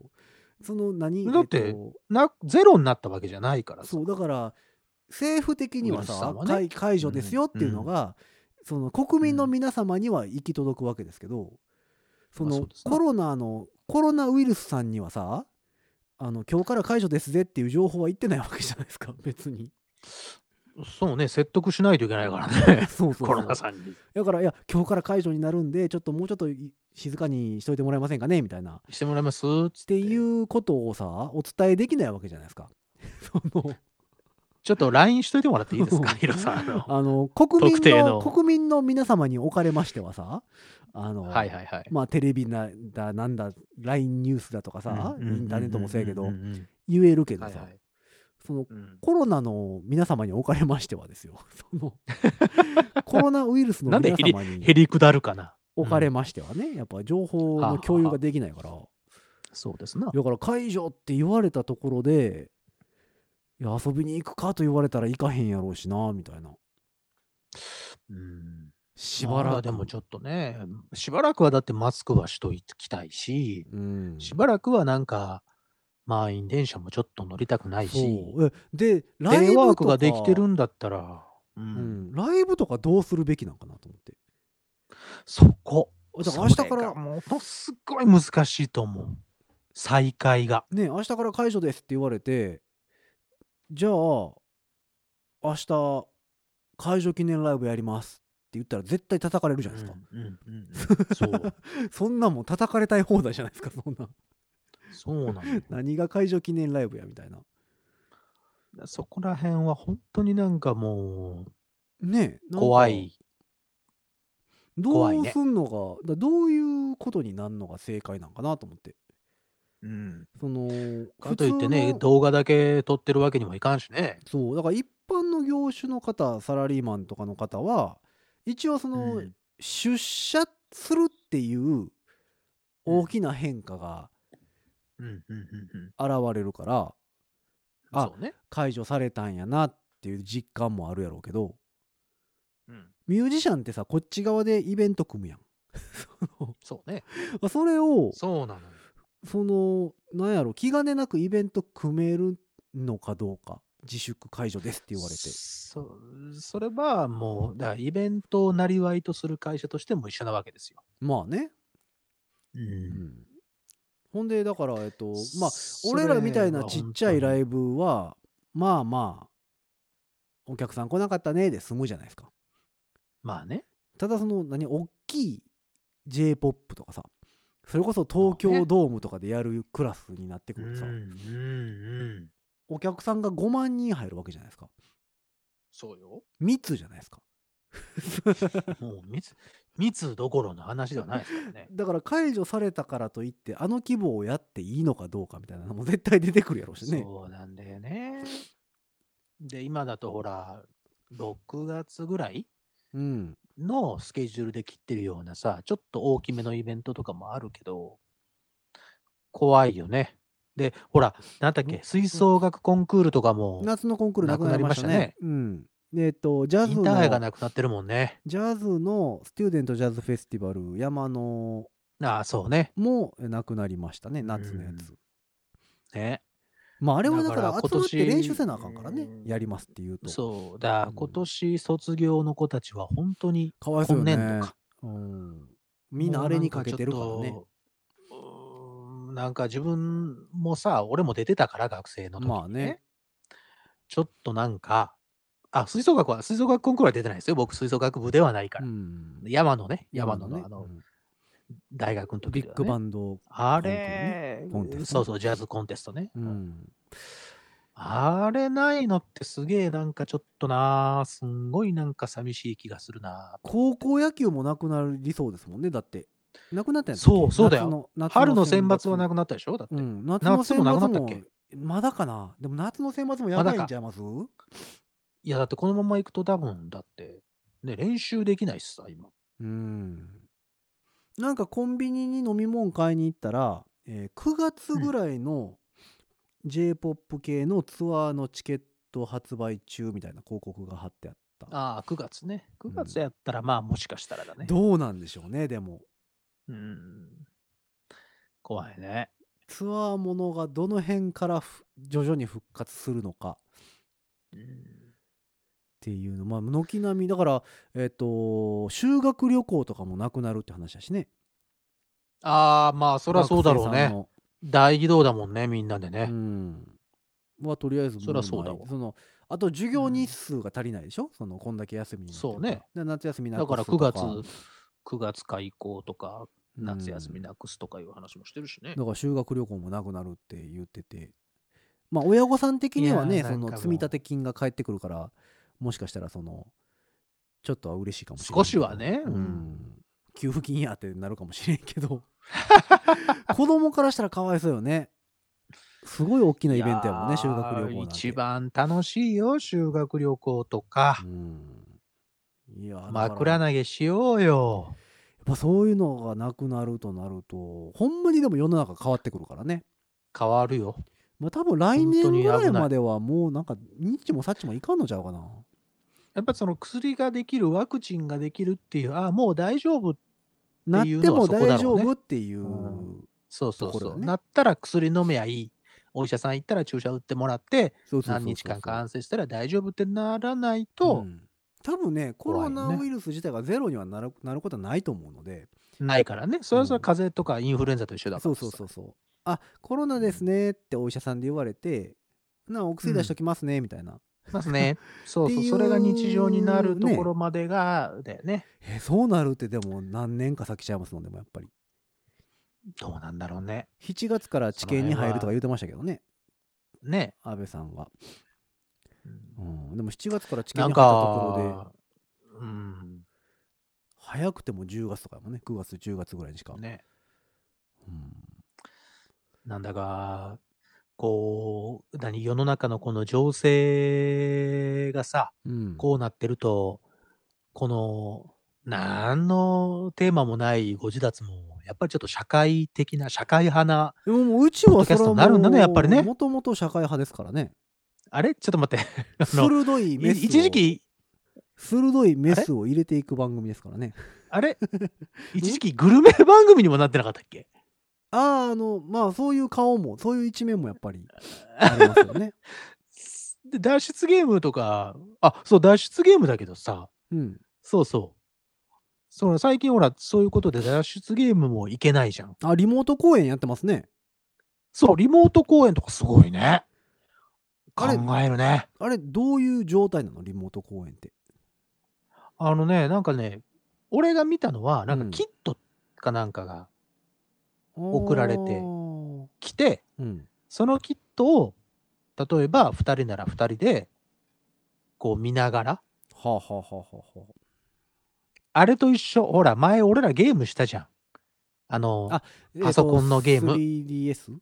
その何だってゼロになったわけじゃないからさ。 そうだから政府的にはさ、解除ですよっていうのが、その国民の皆様には行き届くわけですけど、そのコロナウイルスさんにはさ、今日から解除ですぜっていう情報は言ってないわけじゃないですか、別に。 そうね、説得しないといけないからね。コロナさんに。 だから、いや今日から解除になるんで、ちょっともうちょっと静かにしといてもらえませんかねみたいな。 してもらいますっていうことをさ、お伝えできないわけじゃないですか。 ちょっと LINE しといてもらっていいですか、ヒロさん。 国民の皆様におかれましてはさ、まあテレビなんだ LINE ニュースだとかさ、インターネットもそうやけど言えるけどさ、そのコロナの皆様におかれましてはですよ、そのコロナウイルスの皆様にへりくだるかなおかれましてはね、やっぱ情報の共有ができないから、 そうですな。 だから解除って言われたところで、いや遊びに行くかと言われたら行かへんやろうしなみたいな。しばらくでもちょっとね、しばらくはだってマスクはしときたいし、しばらくはなんか満員電車もちょっと乗りたくないし、 でテレワークができてるんだったら、 ライブとかどうするべきなのかなと思って。 そこだから明日からものすごい難しいと思う。再開がね、明日から解除ですって言われて、じゃあ明日解除記念ライブやりますって言ったら絶対叩かれるじゃないですか。そんなもん叩かれたい放題じゃないですか、そんな。 そうなのよ。 何が会場記念ライブやみたいな。 そこら辺は本当になんかもねえ、 う、怖い。 どうすんのが、どういうことになるのが正解なんかなと思って。 うん。 その、 かといってね、動画だけ撮ってるわけにもいかんしね。 そう、だから一般の業種の方、サラリーマンとかの方は、一応その、出社するっていう大きな変化が現れるから、 そうね、 解除されたんやなっていう実感もあるやろうけど、ミュージシャンってさ、こっち側でイベント組むやん。 そうね。 それを、 そうなのよ。 その、なんやろ、気兼ねなくイベント組めるのかどうか、自粛解除ですって言われて。 それはもう、だからイベントをなりわいとする会社としても一緒なわけですよ。 まあね。ほんで、だから、まあ、俺らみたいなちっちゃいライブは、まあまあ、お客さん来なかったねで済むじゃないですか。 まあね。 ただ、大きい J-POP とかさ、それこそ東京ドームとかでやるクラスになってくるとさ、お客さんが5万人入るわけじゃないですか。 そうよ。 密じゃないですか。 もう密どころの話ではないですからね。 だから解除されたからといってあの規模をやっていいのかどうかみたいなのも絶対出てくるやろうしね。 そうなんだよね。で今だとほら6月ぐらいのスケジュールで切ってるようなさ、ちょっと大きめのイベントとかもあるけど怖いよね。でほらなんだっけ、吹奏楽コンクールとかも夏のコンクールなくなりましたね。ジャズのインターハイがなくなってるもんね。ジャズのスチューデントジャズフェスティバル山のそうねもなくなりましたね、夏のやつ。 ね。 まああれはだから集まって練習せなあかんからね、やりますっていうと。 そうだ、今年卒業の子たちは本当にかわいそうよね。 今年度か。 みんなあれにかけてるからね。 なんか自分もさ、俺も出てたから学生の時にね。まあね。ちょっとなんか、吹奏楽コンクールは出てないですよ。僕吹奏楽部ではないから。山の大学の時、 ビッグバンド、 あれ、そうそう、ジャズコンテストね。あれないのってすげえなんかちょっとな、すんごいなんか寂しい気がするな。 高校野球もなくなりそうですもんね、だって。なくなったんやつ。 そうだよ。春の選抜はなくなったでしょだって。夏もなくなったっけ？ まだかな。でも夏の選抜もやばいんちゃいます？ いやだってこのまま行くと多分だってね、練習できないしさ今。 なんかコンビニに飲み物買いに行ったら、9月ぐらいの J-POP 系のツアーのチケット発売中みたいな広告が貼ってあった。 9月ね。9月やったらまあもしかしたらだね。 どうなんでしょうね、でも。 怖いね。 ツアーものがどの辺から徐々に復活するのか。っていうの、まあ軒並みだから修学旅行とかもなくなるって話だしね。 まあそりゃそうだろうね。大移動だもんね、みんなでね。 とりあえずそりゃそうだわ。 あと授業日数が足りないでしょ、こんだけ休みになってるから。そうね。夏休みなくすとか。 だから9月開校とか夏休みなくすとかいう話もしてるしね。 だから修学旅行もなくなるって言ってて、まあ親御さん的にはね、積立金が返ってくるから、もしかしたらちょっとは嬉しいかもしれない。 少しはね。 給付金やってなるかもしれんけど子供からしたらかわいそうよね。すごい大きなイベントやもんね、修学旅行なんて。 一番楽しいよ、修学旅行とか。いや、枕投げしようよ。 やっぱそういうのがなくなるとなると、ほんまにでも世の中変わってくるからね。 変わるよ。 まあ多分来年ぐらいまではもうなんかニッチもサッチもいかんのちゃうかな。 やっぱその薬ができる、ワクチンができるっていう、もう大丈夫ってなっても大丈夫っていう。 そう。なったら薬飲めやいい。お医者さん行ったら注射打ってもらって、何日間感染したら大丈夫ってならないと。 多分ね、コロナウイルス自体がゼロにはなることはないと思うので。 ないからね。それは風邪とかインフルエンザと一緒だから。 そう。コロナですねってお医者さんで言われて、お薬出しときますね、みたいな。 ますね。そう。それが日常になるところまでが、だよね。 そうなるってでも何年か先ちゃいますのでもやっぱり。 どうなんだろうね。 7月から治験に入るとか言ってましたけどね、 ね。 安倍さんが。 うん、 でも7月から治験に入ったところで、早くても10月とかもね、9月、10月ぐらいにしか。 ね。なんだか、こう、世の中のこの情勢がさ、こうなってると、この、何のテーマもないご自立も、やっぱりちょっと社会的な、社会派な、 うちはそれはなるんだね、やっぱりね。 もともと社会派ですからね。 あれちょっと待って。 鋭いメスを。 一時期、 鋭いメスを入れていく番組ですからね。 あれ一時期グルメ番組にもなってなかったっけ？ まあそういう顔も、そういう一面もやっぱりありますよね。 で、脱出ゲームとか、そう、脱出ゲームだけどさ、そうそう。最近ほら、そういうことで脱出ゲームもいけないじゃん。 リモート公演やってますね。 そう、リモート公演とかすごいね。考えるね。 あれ、どういう状態なの？リモート公演って。 なんかね、俺が見たのは、なんかキットかなんかが送られてきて、そのキットを、例えば2人なら2人で、こう見ながら、あれと一緒、ほら、前俺らゲームしたじゃん。パソコンのゲーム。 3DS？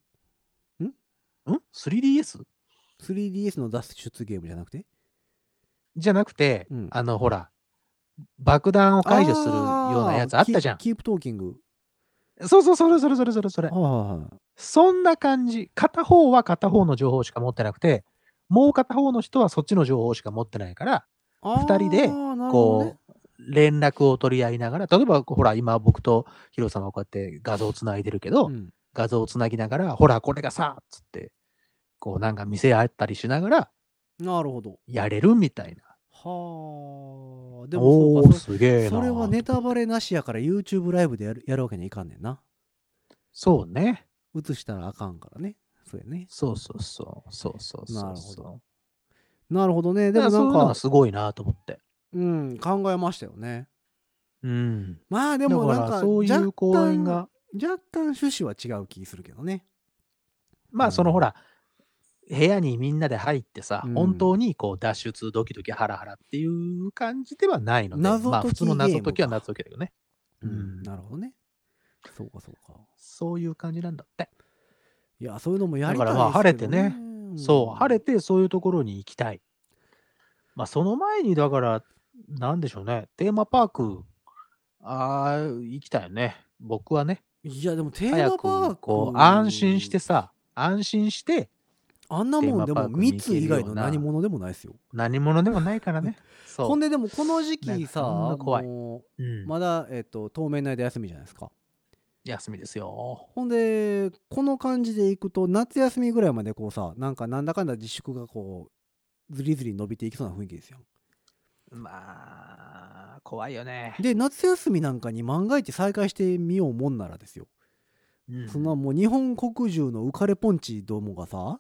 3DS？3DS の脱出ゲームじゃなくて？ じゃなくて、ほら、爆弾を解除するようなやつあったじゃん。 キープトーキング。 そうそう、それ。そんな感じ。片方は片方の情報しか持ってなくて、もう片方の人はそっちの情報しか持ってないから、2人で、こう、連絡を取り合いながら、例えば、ほら、今僕とヒロさんはこうやって画像をつないでるけど、画像をつなぎながら、ほら、これがさ、つって、こうなんか見せ合ったりしながら、 なるほど。 やれるみたいな。 でもそうか、 すげえな。 それはネタバレなしやから YouTube ライブでやるわけにはいかんねんな。 そうね。 映したらあかんからね。そうやね。 そう。 なるほど。なるほどね。でもなんか、 そういうのがすごいなと思って。 考えましたよね。 まあでもなんかそういう公演が若干趣旨は違う気するけどね。 まあほら、部屋にみんなで入ってさ、本当にこう脱出ドキドキハラハラっていう感じではないので、まあ普通の謎解きは謎解きだけどね。 なるほどね。そうか。 そういう感じなんだって。 いや、そういうのもやりたいですけどね。だからまあ晴れてね。そう、晴れてそういうところに行きたい。まあその前にだから、なんでしょうね。テーマパーク、行きたいよね。僕はね。 いや、でもテーマパーク、 こう安心してさ、 あんなもんでも密以外の何者でもないですよ。 何者でもないからね。そう。 ほんででもこの時期さ、まだ当面の間休みじゃないですか。 休みですよ。 ほんでこの感じでいくと夏休みぐらいまでこうさ、なんだかんだ自粛がこうずりずり伸びていきそうな雰囲気ですよ。 まあ怖いよね。 で夏休みなんかに万が一再開してみようもんならですよ。そんなもう日本国中の浮かれポンチどもがさ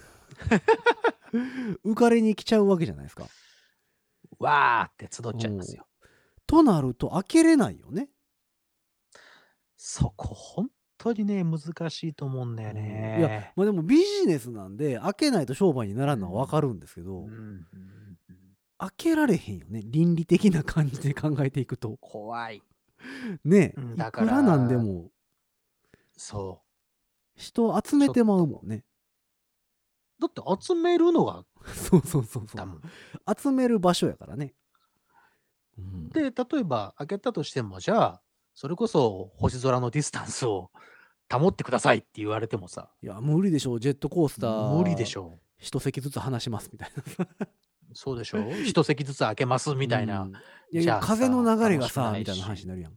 浮かれに来ちゃうわけじゃないですか。 わーって集っちゃいますよ。 となると開けれないよね。 そこ本当にね難しいと思うんだよね。 いや、まあでもビジネスなんで開けないと商売にならんのは分かるんですけど、開けられへんよね。倫理的な感じで考えていくと。 怖い。 ねえ、いくらなんでも。 そう。 人集めてまうもんね。 だって集めるのがそう。集める場所やからね。 で、例えば開けたとしても、じゃあ、それこそ星空のディスタンスを保ってくださいって言われてもさ。 いや、無理でしょう。ジェットコースター。 無理でしょう。 一席ずつ離しますみたいな。 そうでしょう。一席ずつ開けますみたいな。 いや、風の流れがさ、みたいな話になるやん。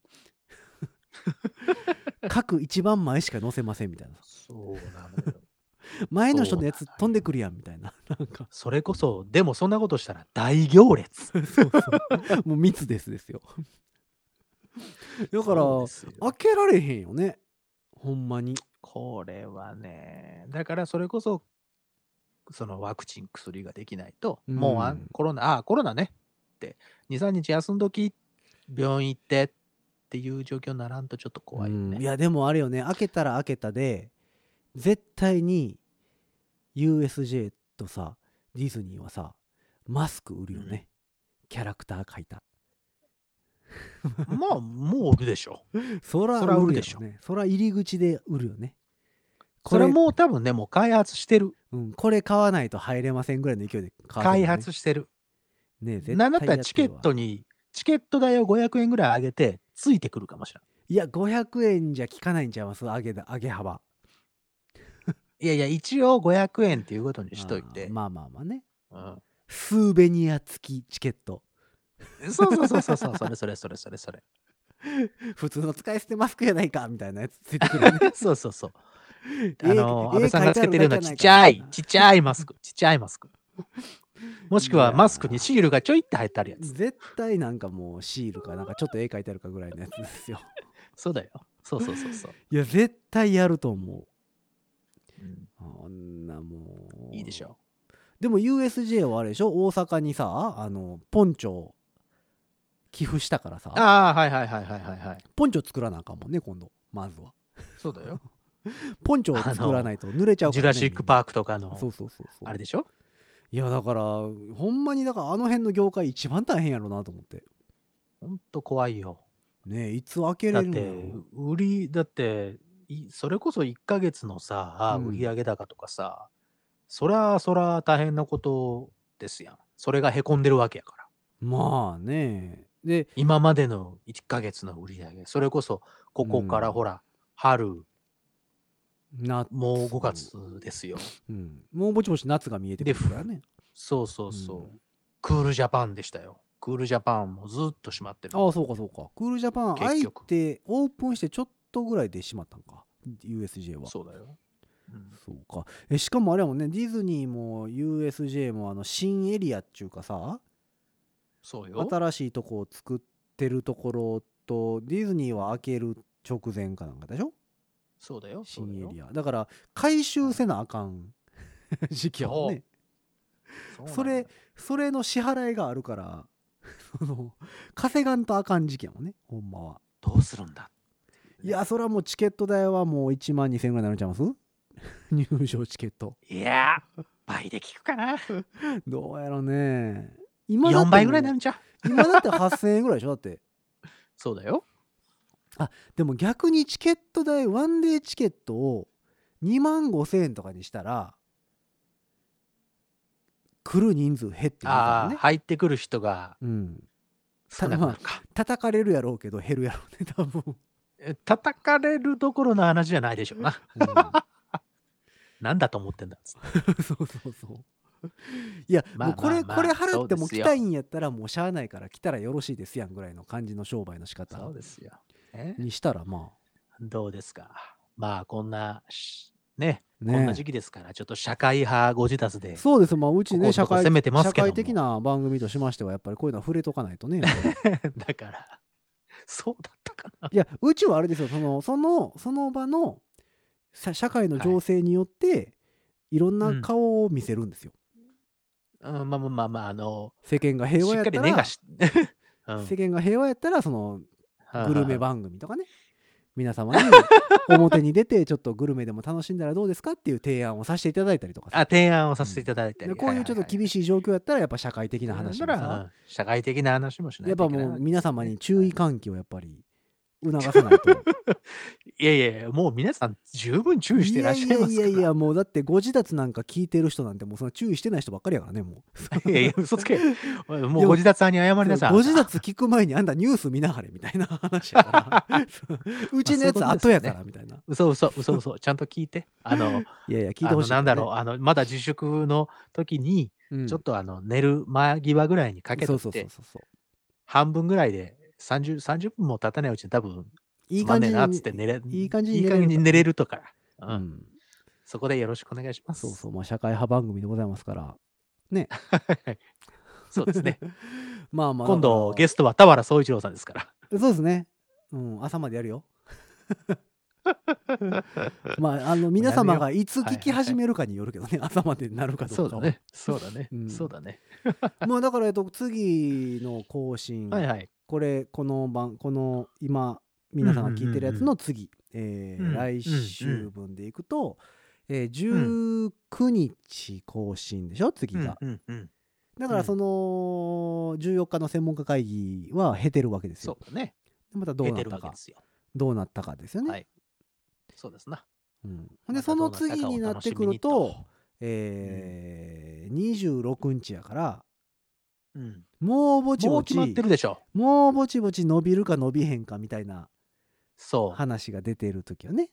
各一番前しか乗せませんみたいな。 そうなのよ。 前の人のやつ飛んでくるやんみたいな。なんかそれこそ、でもそんなことしたら大行列。 そうもう密ですよ。だから開けられへんよね。ほんまに。 これはね、だからそれこそそのワクチン薬ができないと、もうコロナねって2、3日休んどき病院行ってってっていう状況にならんとちょっと怖いよね。 いやでもあれよね、開けたら開けたで絶対に USJ とさディズニーはさマスク売るよね、キャラクター描いた。 まあもう売るでしょ。 そら売るでしょ。そら入り口で売るよね。 これもう多分ね、もう開発してる。 これ買わないと入れませんぐらいの勢いで開発してる。 ね、絶対なんだったらチケット代を500円ぐらい上げてついてくるかもしれない。 いや500円じゃ効かないんちゃいます、上げ幅。 いやいや、一応500円っていうことにしといて。 まあね、スーベニア付きチケット。 そうそれ普通の使い捨てマスクやないかみたいなやつついてくるね。 そう安倍さんがつけてるようなちっちゃいマスク。もしくはマスクにシールがちょいって入ってあるやつ。 絶対なんかもうシールかなんかちょっと絵描いてあるかぐらいのやつですよ。 そうだよ。そう。 いや絶対やると思う。あんなもういいでしょ。 でも USJ はあれでしょ、大阪にさポンチョ寄付したからさ。 はい。 ポンチョ作らなあかんもんね今度。まずはそうだよ。 ポンチョを作らないと濡れちゃうからね。 ジュラシックパークとかのそうあれでしょ。 いやだからほんまにだからあの辺の業界一番大変やろなと思って。 ほんと怖いよねえ、いつ開けれるのよ。 だってそれこそ1ヶ月のさ売上高とかさ、そら大変なことですやん。それがへこんでるわけやから。 まあね。で今までの1ヶ月の売り上げ、それこそここからほら、春もう5月ですよ、 もうぼちぼち夏が見えてくるからね。 そう、クールジャパンでしたよ。クールジャパンもずっと閉まってる。 ああそうかクールジャパン開いてオープンしてちょっとぐらいで閉まったんか USJ は。 そうだよ、 そうか。しかもあれもんね、ディズニーも USJ も新エリアっちゅうかさ、 そうよ、 新しいとこを作ってるところとディズニーは開ける直前かなんかでしょ。 そうだよ、 新エリアだから回収せなあかん時期やもんね。それの支払いがあるから稼がんとあかん時期やもんね、ほんまは。 どうするんだ。 いやそれはもうチケット代はもう1万2000円ぐらいになるんちゃいます入場チケット。 いや倍で効くかなどうやろね。 4倍ぐらいになるんちゃう。 今だって8000円ぐらいでしょだって。 そうだよ。 でも逆にチケット代ワンデーチケットを2万5000円とかにしたら来る人数減ってるからね。 入ってくる人が少なくなるか。 叩かれるやろうけど減るやろうね多分。 叩かれるどころの話じゃないでしょうな。なんだと思ってんだっつって。 そう。いや、もうこれ払っても来たいんやったらもうしゃあないから来たらよろしいですやんぐらいの感じの商売の仕方にしたらまあどうですか。まあこんなねこんな時期ですからちょっと社会派ご自達で。 そうです。まあうちね社会的な番組としましてはやっぱりこういうのは触れとかないとね。 だからそうだったかな。 いやうちはあれですよ、その場の社会の情勢によっていろんな顔を見せるんですよ。 まあ世間が平和やったら世間が平和やったらそのグルメ番組とかね、皆様に表に出てちょっとグルメでも楽しんだらどうですかっていう提案をさせていただいたりとか。 提案をさせていただいたり、 こういうちょっと厳しい状況やったらやっぱ社会的な話もさ、 社会的な話もしないといけない。 やっぱもう皆様に注意喚起をやっぱり促さないと。 いやもう皆さん十分注意してらっしゃいますから。 いやもうだってご自立なんか聞いてる人なんてもうその注意してない人ばっかりやからねもう。いや嘘つけ。もうご自立さんに謝りなさい。 ご自立聞く前にあんたニュース見なはれみたいな話やからうちのやつ後やからみたいな。 嘘ちゃんと聞いて。 いや聞いてほしい。 なんだろうまだ自粛の時にちょっと寝る間際ぐらいにかけてて半分ぐらいで30分も経たないうちに多分いい感じに寝れるとか、そこでよろしくお願いします。 そうまあ社会派番組でございますからね。 そうですね。 まあ今度ゲストは田原総一郎さんですから。 そうですね。朝までやるよ。まあ皆様がいつ聞き始めるかによるけどね、朝までになるかどうかは。 そうだね。 まあだから次の更新、この今皆さんが聞いてるやつの次、 ん来週分でいくと、19日更新でしょ次が、だからその14日の専門家会議は経てるわけですよ。 そうだね。 またどうなったかですよね。 はい。そうですな。 でその次になってくると、26日やから、もうぼちぼちもう決まってるでしょ。 もうぼちぼち伸びるか伸びへんかみたいなそう話が出てる時はね、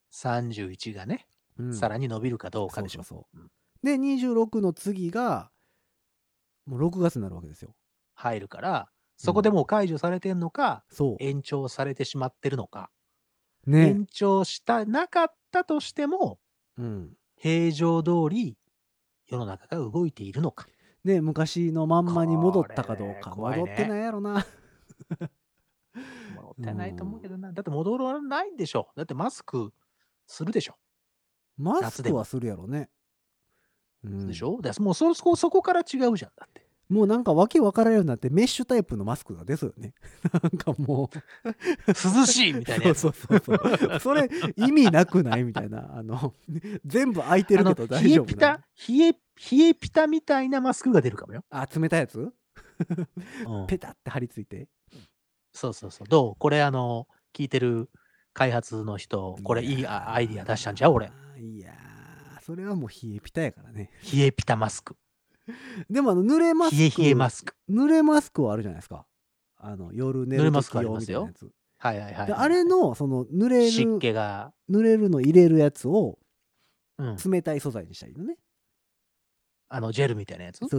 31がね、さらに伸びるかどうかでしょ。 で26の次がもう6月になるわけですよ。 入るから、そこでもう解除されてんのか、延長されてしまってるのか、延長したなかったとしても、平常通り世の中が動いているのか。 で昔のまんまに戻ったかどうか。戻ってないやろな。 戻ってないと思うけどな。だって戻らないんでしょ。だってマスクするでしょ。 マスクはするやろね。 でしょ。もうそこから違うじゃん。だって。 もうなんかわけわからんようになってメッシュタイプのマスクがですよね。なんかもう涼しいみたいなやつ。 そうそれ意味なくないみたいな。全部開いてるけど大丈夫な。 冷えピタみたいなマスクが出るかもよ。 あ、冷たいやつペタって貼り付いて。 そう。どうこれ聞いてる開発の人、これいいアイディア出したんちゃう俺。 いやー、それはもう冷えピタやからね。 冷えピタマスク。でも濡れマスク。 冷えマスク。 濡れマスクはあるじゃないですか。夜寝るとき用みたいなやつ。はい。あれの、その濡れる。 湿気が。 濡れるの入れるやつを、冷たい素材にしたらいいのね。 ジェルみたいなやつ。 そう。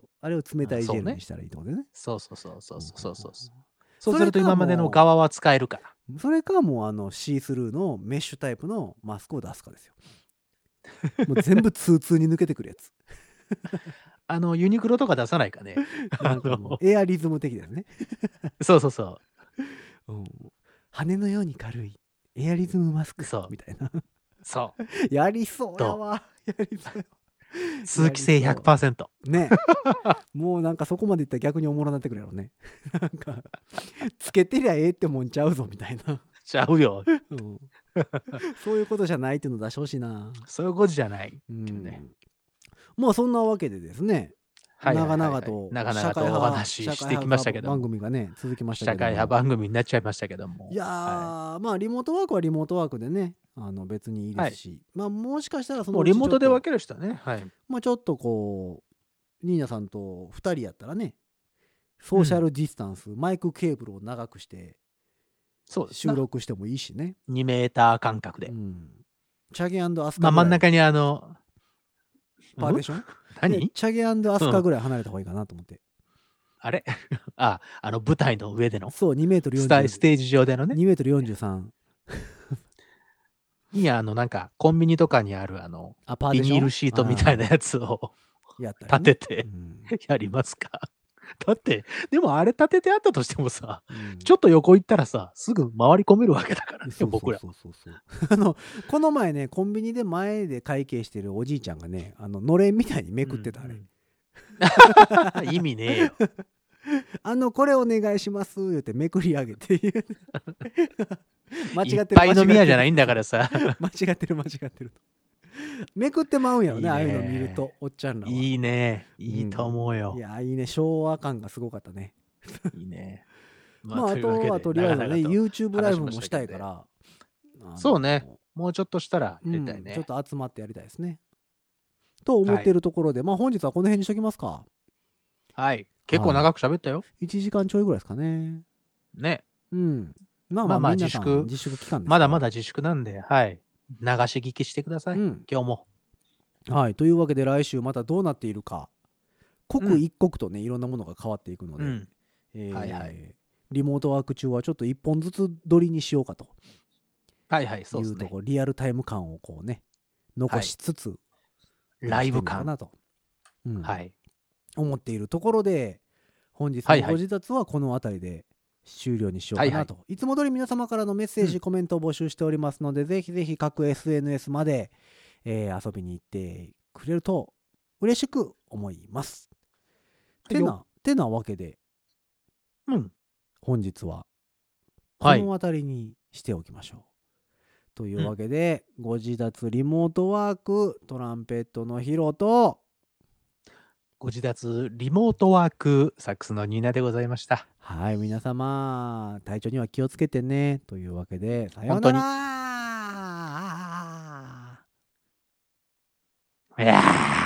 あれを冷たいジェルにしたらいいってことね。 そう。そうすると今までの側は使えるから。 それかもうシースルーのメッシュタイプのマスクを出すかですよ。もう全部通に抜けてくるやつ。 ユニクロとか出さないかね。 エアリズム的ですね。 そう。 羽のように軽いエアリズムマスクみたいな。 そう。 やりそうやわ。やりそう。 通気性 100%。 ね。もうなんかそこまでいったら逆におもろなってくるやろね。なんかつけてりゃええってもんちゃうぞみたいな。 ちゃうよ。 そういうことじゃないっていうの出してほしいな。 そういうことじゃない。 まあそんなわけでですね。長々とお話ししてきましたけど番組がね続きましたけど社会派番組になっちゃいましたけども。 いやー、まあリモートワークはリモートワークでね別にいいですし、まあもしかしたらそのリモートで分ける人はね、 まあちょっとこうニーナさんと2人やったらねソーシャルディスタンス、マイクケーブルを長くして収録してもいいしね。 2メーター間隔で。 チャゲ&アスカ。 真ん中にパーテーション何チャゲ&アスカぐらい離れた方がいいかなと思って。 あれ舞台の上での。 そう、2メートル40。 ステージ上でのね。 2メートル43。 いや、なんか、コンビニとかにあるビニールシートみたいなやつを立ててやりますか。だって、でもあれ立ててあったとしてもさ、ちょっと横行ったらさ、すぐ回り込めるわけだからね、僕ら。 この前ね、コンビニで前で会計してるおじいちゃんがね、のれんみたいにめくってた、あれ。 意味ねえよ。 これお願いします言ってめくり上げて間違ってる。いっぱい飲み屋じゃないんだからさ。 間違ってる。めくってまうんやろね、ああいうの見ると、おっちゃんらは。 いいね。いいと思うよ。 いや、いいね。昭和感がすごかったね。 いいね。 まあ、あとはとりあえずね、YouTube ライブもしたいから。 そうね。もうちょっとしたらやりたいね。 ちょっと集まってやりたいですね。と思っているところで、まあ本日はこの辺にしときますか。 はい。結構長く喋ったよ。 1時間ちょいぐらいですかね。 ね。 まあ自粛期間です。 まだまだ自粛なんで、はい。流し聞きしてください。今日も。 はい。というわけで来週またどうなっているか。刻一刻とね、いろんなものが変わっていくので、リモートワーク中はちょっと一本ずつ撮りにしようかと。 はいはい、そうですね。 リアルタイム感をこうね、残しつつ、 ライブ感なと、思っているところで、本日のご自宅はこの辺りで終了にしようかなと。いつも通り皆様からのメッセージ、コメントを募集しておりますので、ぜひぜひ各 SNS まで、遊びに行ってくれると嬉しく思います。てなわけで、本日はこの辺りにしておきましょう。というわけで、ご自立リモートワークトランペットのヒロと、 ご自立リモートワークサックスのニーナでございました。 はい、皆様体調には気をつけてね。というわけで、さようなら。 いやー